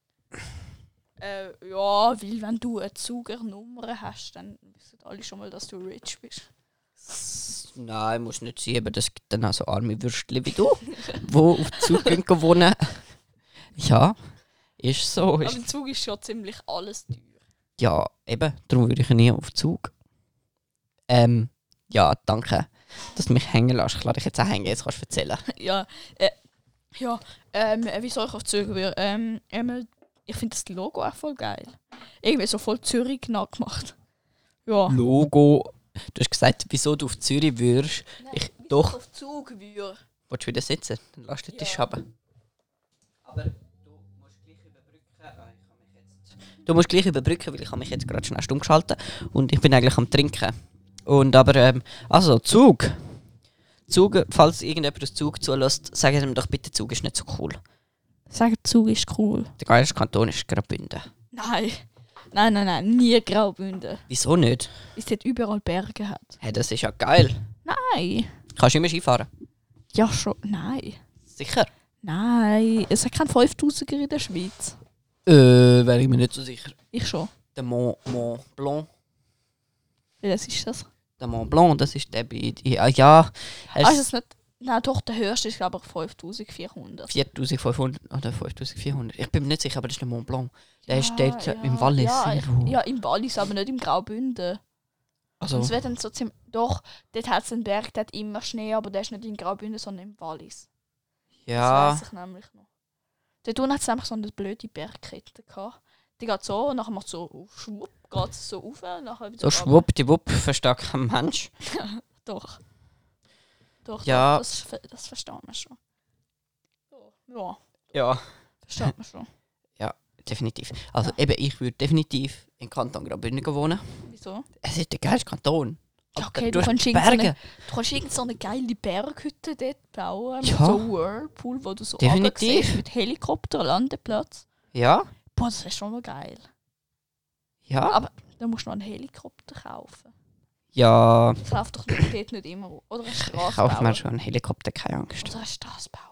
Ja, weil wenn du eine Zugernummer hast, dann wissen alle schon mal, dass du rich bist.
Nein, muss nicht sein, aber das gibt dann auch so arme Würstchen wie du, die auf Zug gehen wohnen. Ja, ist so.
Aber
Ist.
im Zug ist ja ziemlich alles teuer.
Ja, eben, darum würde ich nie auf Zug. Ja, danke, dass du mich hängen lässt. Ich lade dich jetzt auch hängen, jetzt kannst du erzählen.
Ja, wie soll ich auf Zürich würde? Ich finde das Logo auch voll geil. Irgendwie so voll Zürich nachgemacht. Ja.
Logo. Du hast gesagt, wieso du auf Zürich würdest. Ich doch.
auf Zug würde.
Willst du wieder sitzen? Dann lass den Tisch haben. Aber du musst gleich überbrücken. Du musst gleich überbrücken, weil ich habe mich jetzt gerade schnell stumm geschaltet und ich bin eigentlich am Trinken. Und aber, also Zug. Zug, falls irgendjemand aus Zug zulässt, sagt ihm doch bitte, Zug ist nicht so cool.
Sagen, Zug ist cool.
Der geilste Kanton ist Graubünden.
Nein, nie Graubünden.
Wieso nicht?
Weil es dort überall Berge hat.
Hey, das ist ja geil.
Nein.
Kannst du immer Skifahren?
Ja schon, nein.
Sicher?
Nein, es hat keinen 5000er in der Schweiz.
Wäre ich mir nicht so sicher.
Ich schon.
Der Mont Blanc.
Welches ist das?
Der Mont Blanc, das ist der bei... Ja,
Ah, ist das nicht... Nein, doch, der höchste ist glaube ich 5400.
4500 oder 5400. Ich bin mir nicht sicher, aber das ist der Mont Blanc. Der ist dort im Wallis.
Ja, im Wallis, aber nicht im Graubünden.
Also,
Und es wird dann so ziemlich... Doch, dort hat es einen Berg, der hat immer Schnee, aber der ist nicht in Graubünden, sondern im Wallis.
ja.
Das weiß ich nämlich noch. Dort unten hat es einfach so eine blöde Bergkette gehabt. Die geht so und nachher macht so schwupp, geht es so rauf und nachher wieder
So
runter.
schwuppdiwupp, versteht kein Mensch.
Doch.
Ja.
Doch, das versteht man schon. Ja,
Ja.
versteht man schon.
Definitiv. Also eben, ich würde definitiv in Kanton Graubünden wohnen.
Wieso?
Es ist der geilste Kanton.
Ja,
Aber
okay,
du
du
hast
kannst
Berge.
irgend so eine geile Berghütte dort bauen. Mit
Ja.
so einem Whirlpool, wo du so
Definitiv.
runter siehst, mit Helikopter, Landeplatz.
Ja.
Boah, das ist schon mal geil.
Ja.
Aber dann musst du noch einen Helikopter kaufen.
Ja.
Das läuft doch dort nicht immer. Oder eine
Ich
Straße
kaufe mir
bauen.
schon einen Helikopter, keine Angst.
Oder eine Straße bauen.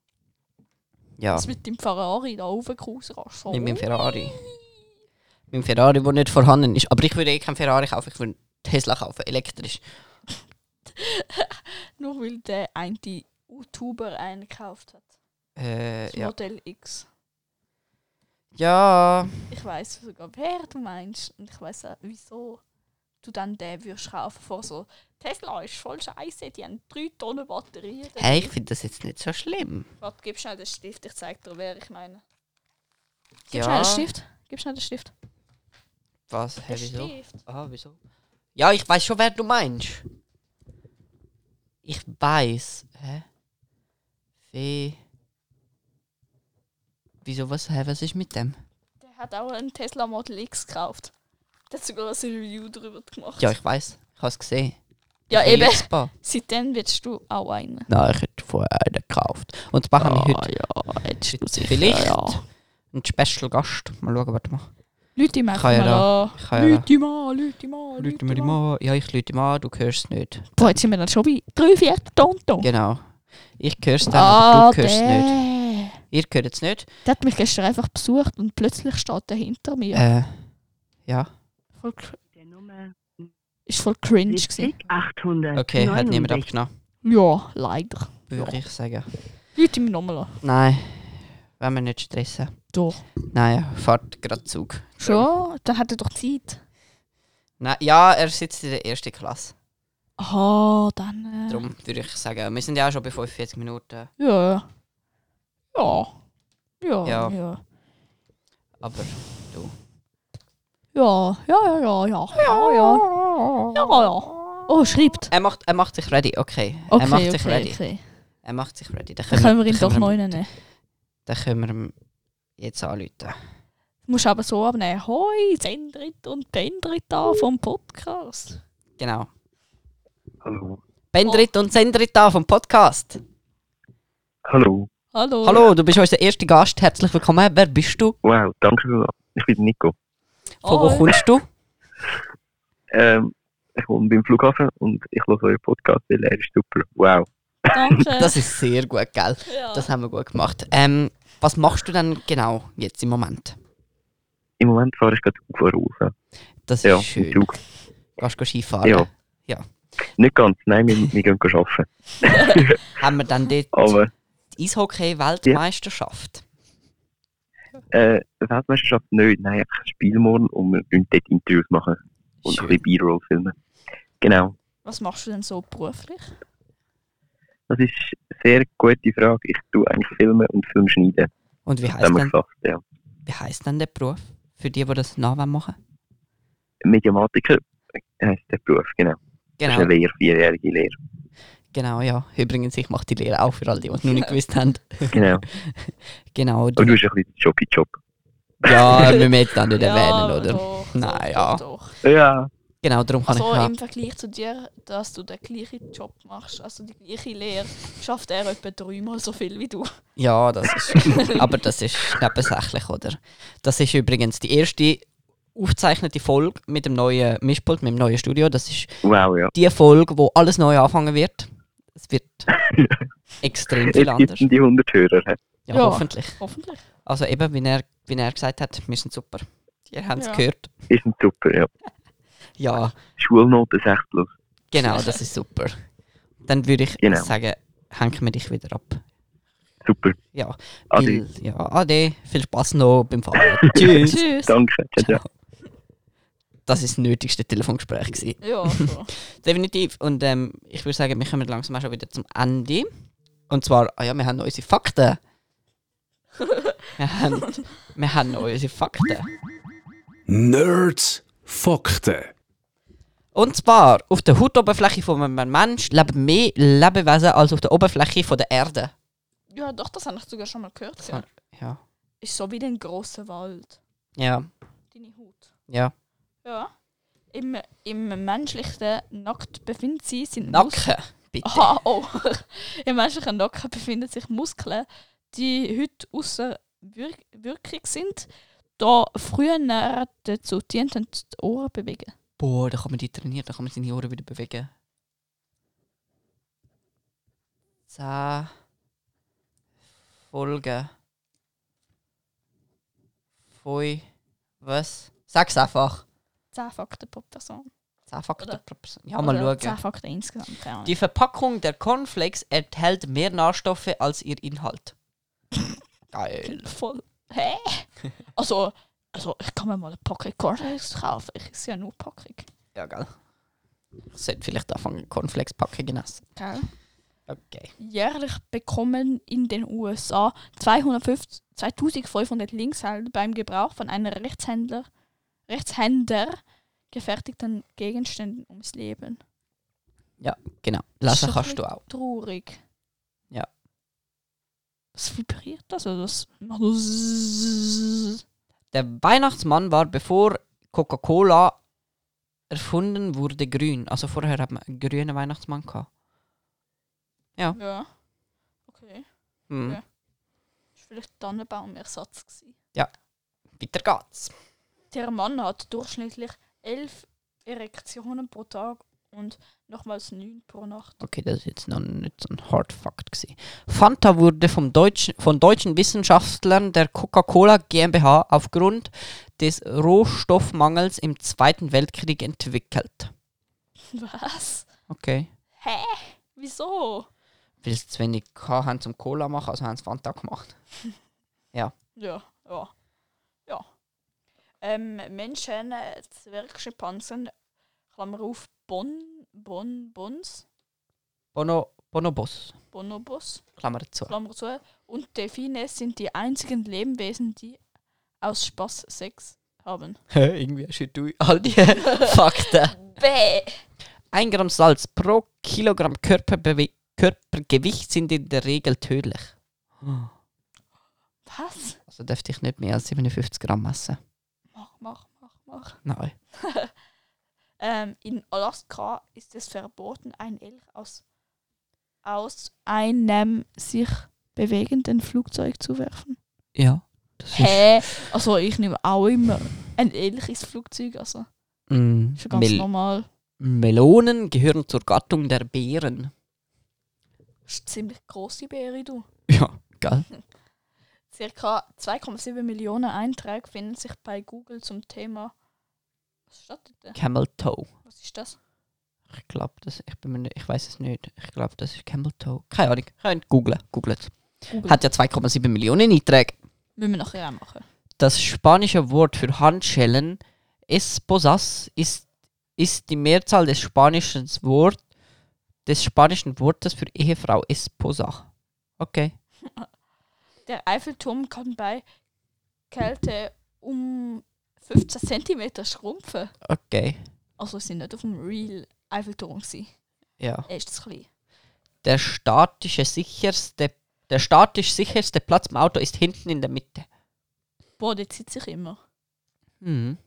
Ja.
Das mit dem Ferrari da raufcruisen kannst. So.
Mit meinem Ferrari. Mit dem Ferrari, der nicht vorhanden ist. Aber ich würde keinen Ferrari kaufen, ich würde einen Tesla kaufen, elektrisch.
Nur weil der eine YouTuber einen gekauft hat. Das
Ja.
Modell X.
Ja.
Ich weiss sogar, wer du meinst. Und ich weiss auch, wieso du dann den würdest kaufen. Vor so, Tesla ist voll scheiße, die haben 3 Tonnen Batterien.
Hey, ich finde das jetzt nicht so schlimm.
Warte, gib schnell den Stift, ich zeig dir, wer ich meine. Gib
Ja.
schnell den Stift. Gib schnell den Stift.
Was? Hä,
Den
wieso?
Stift.
Ah, wieso? Ja, ich weiß schon, wer du meinst. Ich weiß. Hä? Wieso, was? Hä, was ist mit dem?
Der hat auch einen Tesla Model X gekauft. Der hat sogar ein Review darüber gemacht.
Ja, ich weiß. Ich habe es gesehen.
Ja, eben.
Felixbar.
Seitdem willst du auch einen.
Nein, ich hätte vorher einen gekauft. Und zwar habe ich heute
ja, hättest du sicher.
vielleicht
Ja.
einen Special Gast. Mal schauen, warte mal.
Leute mich
kann ja
mal an.
Ich kann ja
Leute mal.
Lüte mir die mal. Ja, ich lüte mal, du hörst es nicht.
Boah, jetzt sind wir dann schon bei 3/4 Tonto.
Genau. Ich höre es dann, aber du hörst es nicht.
der.
Ihr hört es nicht.
Der hat mich gestern einfach besucht und plötzlich steht er hinter mir.
Ja.
Voll cr- Ist voll cringe gewesen.
800.
Okay, hat niemand abgenommen,
Ja, leider.
würde ich sagen.
Leute mich nochmal an.
Nein, wenn wir nicht stressen.
Doch.
Nein, fahrt gerade Zug.
Schon? Dann hat er doch Zeit.
Nein, ja, er sitzt in der ersten Klasse.
Aha, dann...
Darum würde ich sagen, wir sind ja auch schon bei 45 Minuten.
Ja. Ja. Ja.
Ja.
Ja.
Aber du.
Ja. Ja. Ja. Ja. Ja. Ja. Ja. Oh, schreibt.
Er macht sich ready, okay.
Okay,
Er macht sich
okay,
ready.
okay.
Er macht sich ready.
Dann können wir ihn doch neu nennen.
Dann können wir ihm jetzt anrufen.
Du musst aber so abnehmen. Hoi, Sendrit und Bendrit da vom Podcast.
Genau.
Hallo.
Bendrit und Sendrit da vom Podcast.
Hallo.
Hallo.
Hallo, du bist unser erster Gast. Herzlich willkommen. Wer bist du?
Wow, danke vielmals. Ich bin Nico.
Von wo
Hoi.
kommst du?
Ich wohne beim Flughafen und ich höre euren Podcast, weil er ist super. Wow.
Danke.
Das ist sehr gut, gell?
ja.
Das haben wir gut gemacht. Was machst du denn genau jetzt im Moment?
Im Moment fahre ich gerade auf raus.
Das ist
Ja, im
schön.
Zug.
Gehst du Skifahren?
Ja.
Ja.
Nicht ganz, nein, wir gehen arbeiten.
Haben wir dann dort
Aber
die Eishockey-Weltmeisterschaft?
Weltmeisterschaft nicht, nein, einfach ein Spiel morgen und wir können dort Interviews machen und
Schön.
ein bisschen B-Roll filmen. Genau.
Was machst du denn so beruflich?
Das ist eine sehr gute Frage. Ich tue eigentlich filmen und Film schneiden.
Und wie
Zusammengefasst, ja.
heisst denn der Beruf? Für die das nachmachen wollen?
Mediamatiker heisst der Beruf, genau. Das ist
Genau,
eine Lehre, 4-jährige Lehre.
genau, ja. Übrigens, ich mache die Lehre auch für alle, die es noch nicht gewusst haben.
Genau.
Genau.
Aber du hast ein bisschen Job in Job.
Ja, wir müssen dann nicht erwähnen, oder?
Doch,
Nein,
doch,
ja.
Doch.
Ja.
Genau, darum kann
Also
ich
im Vergleich zu dir, dass du den gleichen Job machst, also die gleiche Lehre, schafft er etwa 3-mal so viel wie du.
Ja, das ist. Aber das ist nebensächlich, oder? Das ist übrigens die erste aufgezeichnete Folge mit dem neuen Mischpult, mit dem neuen Studio. Das ist
Wow, ja.
die Folge, wo alles neu anfangen wird. Es wird extrem viel
Jetzt
anders.
gibt es die 100 Hörer. He?
Ja,
Ja.
hoffentlich.
Hoffentlich.
Also eben, wie er gesagt hat, wir sind super. Ihr habt es
Ja.
gehört.
Ist ein super, ja.
Ja,
Schulnoten 6 plus.
genau, das ist super. Dann würde ich
Genau.
sagen, hängen wir dich wieder ab.
Super.
Ja,
Ade.
Ja, ade. Viel Spaß noch beim Fahren. Tschüss.
Tschüss.
Danke. Ciao, ciao.
Das war das nötigste Telefongespräch gewesen.
Ja, so.
Definitiv. Und ich würde sagen, wir kommen langsam auch schon wieder zum Ende. Und zwar, wir haben noch unsere Fakten. wir haben noch unsere Fakten.
Nerds Fakten.
Und zwar, auf der Hautoberfläche von einem Menschen leben mehr Lebewesen als auf der Oberfläche von der Erde.
Ja, doch, das habe ich sogar schon mal gehört. Ja.
Ja.
Ist so wie ein grosser Wald.
Ja.
Deine Haut.
Ja.
Ja. Im menschlichen Nackt befinden sie sind
Nacken, bitte.
Aha, oh. Im menschlichen Nacken befinden sich Muskeln, die heute außer Wirkung sind, da früher dazu dienten, die Ohren zu bewegen.
Boah, da kann man die trainieren, da kann man seine Ohren wieder bewegen. 10 Folgen. 5. Was? Sag's einfach.
10 Fakten pro Person.
10 Fakten
Oder-
pro Person. Ja, mal
Oder 10
schauen.
Fakten insgesamt. Keine Ahnung.
Die Verpackung der Cornflakes enthält mehr Nährstoffe als ihr Inhalt. Geil.
Voll. Hä? Also, ich kann mir mal eine Packung Cornflakes kaufen. Ich esse ja nur Packung.
Ja, geil. Ich sollte vielleicht anfangen, Cornflakes-Packungen essen.
Gell?
Okay.
Jährlich bekommen in den USA 2500 Linkshänder beim Gebrauch von einem Rechtshänder gefertigten Gegenständen ums Leben.
Genau.
Das ist
Lesen
doch
kannst
ein
du auch.
Traurig.
Ja.
Was vibriert das? Oder das macht so zzzz.
Der Weihnachtsmann war, bevor Coca-Cola erfunden wurde, grün. Also vorher hat man einen grünen Weihnachtsmann gehabt.
Ja. Okay.
Hm.
Ja. Das war vielleicht Tannenbaumersatz gewesen.
Weiter geht's.
Der Mann hat durchschnittlich 11 Erektionen pro Tag und nochmals 9 pro Nacht.
Okay, das ist jetzt noch nicht so ein Hard Fact gewesen. Fanta wurde von deutschen Wissenschaftlern der Coca-Cola GmbH aufgrund des Rohstoffmangels im Zweiten Weltkrieg entwickelt.
Was?
Okay.
Hä? Wieso?
Weil sie zu wenig haben zum Cola machen, also haben sie Fanta gemacht.
Ja. Menschen, Zwergschimpansen, Klammer auf, Bons,
Bonobos.
Bonobos,
Klammer zu.
Klammer zu, und Delfine sind die einzigen Lebewesen, die aus Spaß Sex haben.
Irgendwie hast du all die Fakten.
Bäh!
1 Gramm Salz pro Kilogramm Körpergewicht sind in der Regel tödlich.
Was?
Also dürfte ich nicht mehr als 57 Gramm essen.
Mach.
Nein.
In Alaska ist es verboten, ein Elch aus einem sich bewegenden Flugzeug zu werfen.
Ja. Das
Hä? Also ich nehme auch immer ein Elch ins Flugzeug, also ist ja ganz normal.
Melonen gehören zur Gattung der Beeren.
Das ist eine ziemlich grosse Beere, du.
Ja, geil.
Circa 2,7 Millionen Einträge finden sich bei Google zum Thema. Was steht da?
Camel Toe.
Was ist das?
Ich glaube, ich weiß es nicht. Ich glaube, das ist Camel Toe. Keine Ahnung. Könnt googlen. Googelt. Hat ja 2,7 Millionen Einträge.
Müssen wir nachher auch machen.
Das spanische Wort für Handschellen, esposas, ist die Mehrzahl des spanischen Wortes für Ehefrau, esposa. Okay.
Der Eiffelturm kann bei Kälte um 15 cm schrumpfen.
Okay.
Also sie sind nicht auf dem Real Eiffelturm gewesen.
Ja.
Er ist das klein.
Der statisch sicherste Platz im Auto ist hinten in der Mitte.
Boah, der zieht sich immer.
Mhm.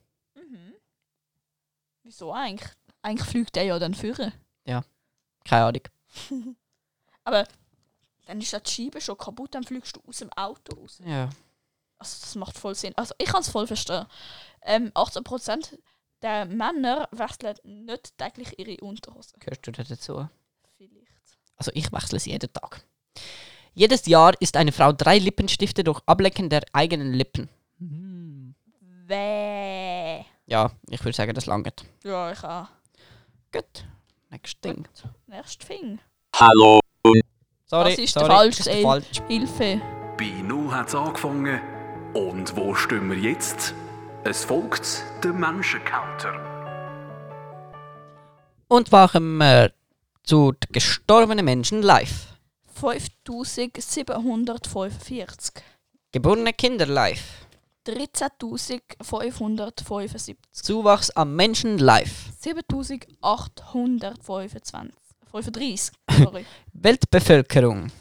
Wieso eigentlich? Eigentlich fliegt er ja dann führen.
Keine Ahnung.
Aber dann ist die Scheibe schon kaputt, dann fliegst du aus dem Auto raus.
Ja.
Also das macht voll Sinn. Also ich kann es voll verstehen. 18% der Männer wechseln nicht täglich ihre Unterhose.
Gehörst du da dazu?
Vielleicht.
Also ich wechsle sie jeden Tag. Jedes Jahr isst eine Frau 3 Lippenstifte durch Ablecken der eigenen Lippen.
Bäh.
Ja, ich würde sagen, das langt.
Ja, ich auch.
Gut. Nächstes Ding.
Nächstes Fing.
Hallo und
Sorry,
Das ist
sorry,
falsch,
das ist
ey.
falsch.
Hilfe.
Bei 0 hat es angefangen. Und wo stehen wir jetzt? Es folgt der Menschencounter.
Und machen wir zu den gestorbenen Menschen live.
5745.
Geborene Kinder live.
13.575.
Zuwachs am Menschen live.
7.835. Sorry.
Weltbevölkerung.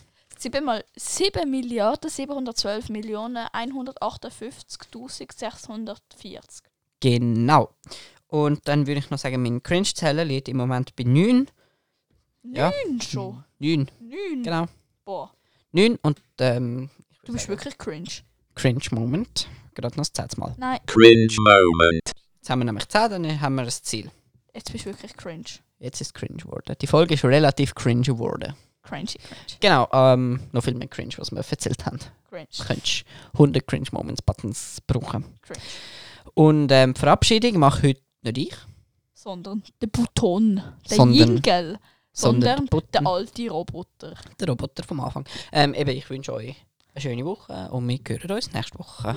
7.7.158.640.
Genau. Und dann würde ich noch sagen, mein Cringe-Zeller liegt im Moment bei 9. Ja.
9 schon.
9.
9.
Genau.
Boah,
9 und
du bist wirklich cringe.
Cringe-Moment. Gerade noch das 10. Mal.
Nein,
Cringe Moment.
Jetzt haben wir nämlich 10, dann haben wir ein Ziel.
jetzt bist du wirklich cringe.
Jetzt ist es cringe geworden. Die Folge ist relativ cringe geworden.
Cringy.
Genau, noch viel mehr cringe, was wir erzählt haben.
Cringe.
Du könntest 100 Cringe-Moments-Buttons brauchen.
Cringe.
Und Verabschiedung mache heute nicht ich,
Sondern der Button. Der
Sondern-
Jingle.
sondern
Sondern
der Button.
der alte Roboter.
der Roboter vom Anfang. Eben, ich wünsche euch eine schöne Woche und wir hören uns nächste Woche.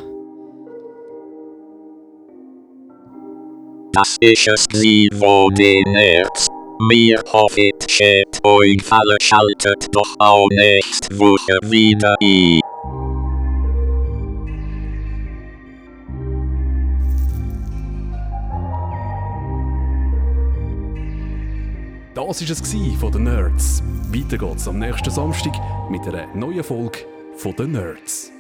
Das ist es von den Nerds. Wir hoffen, es hat euch gefallen. Schaltet doch auch nächste Woche wieder ein.
Das war es von den Nerds. Weiter geht's am nächsten Samstag mit einer neuen Folge von den Nerds.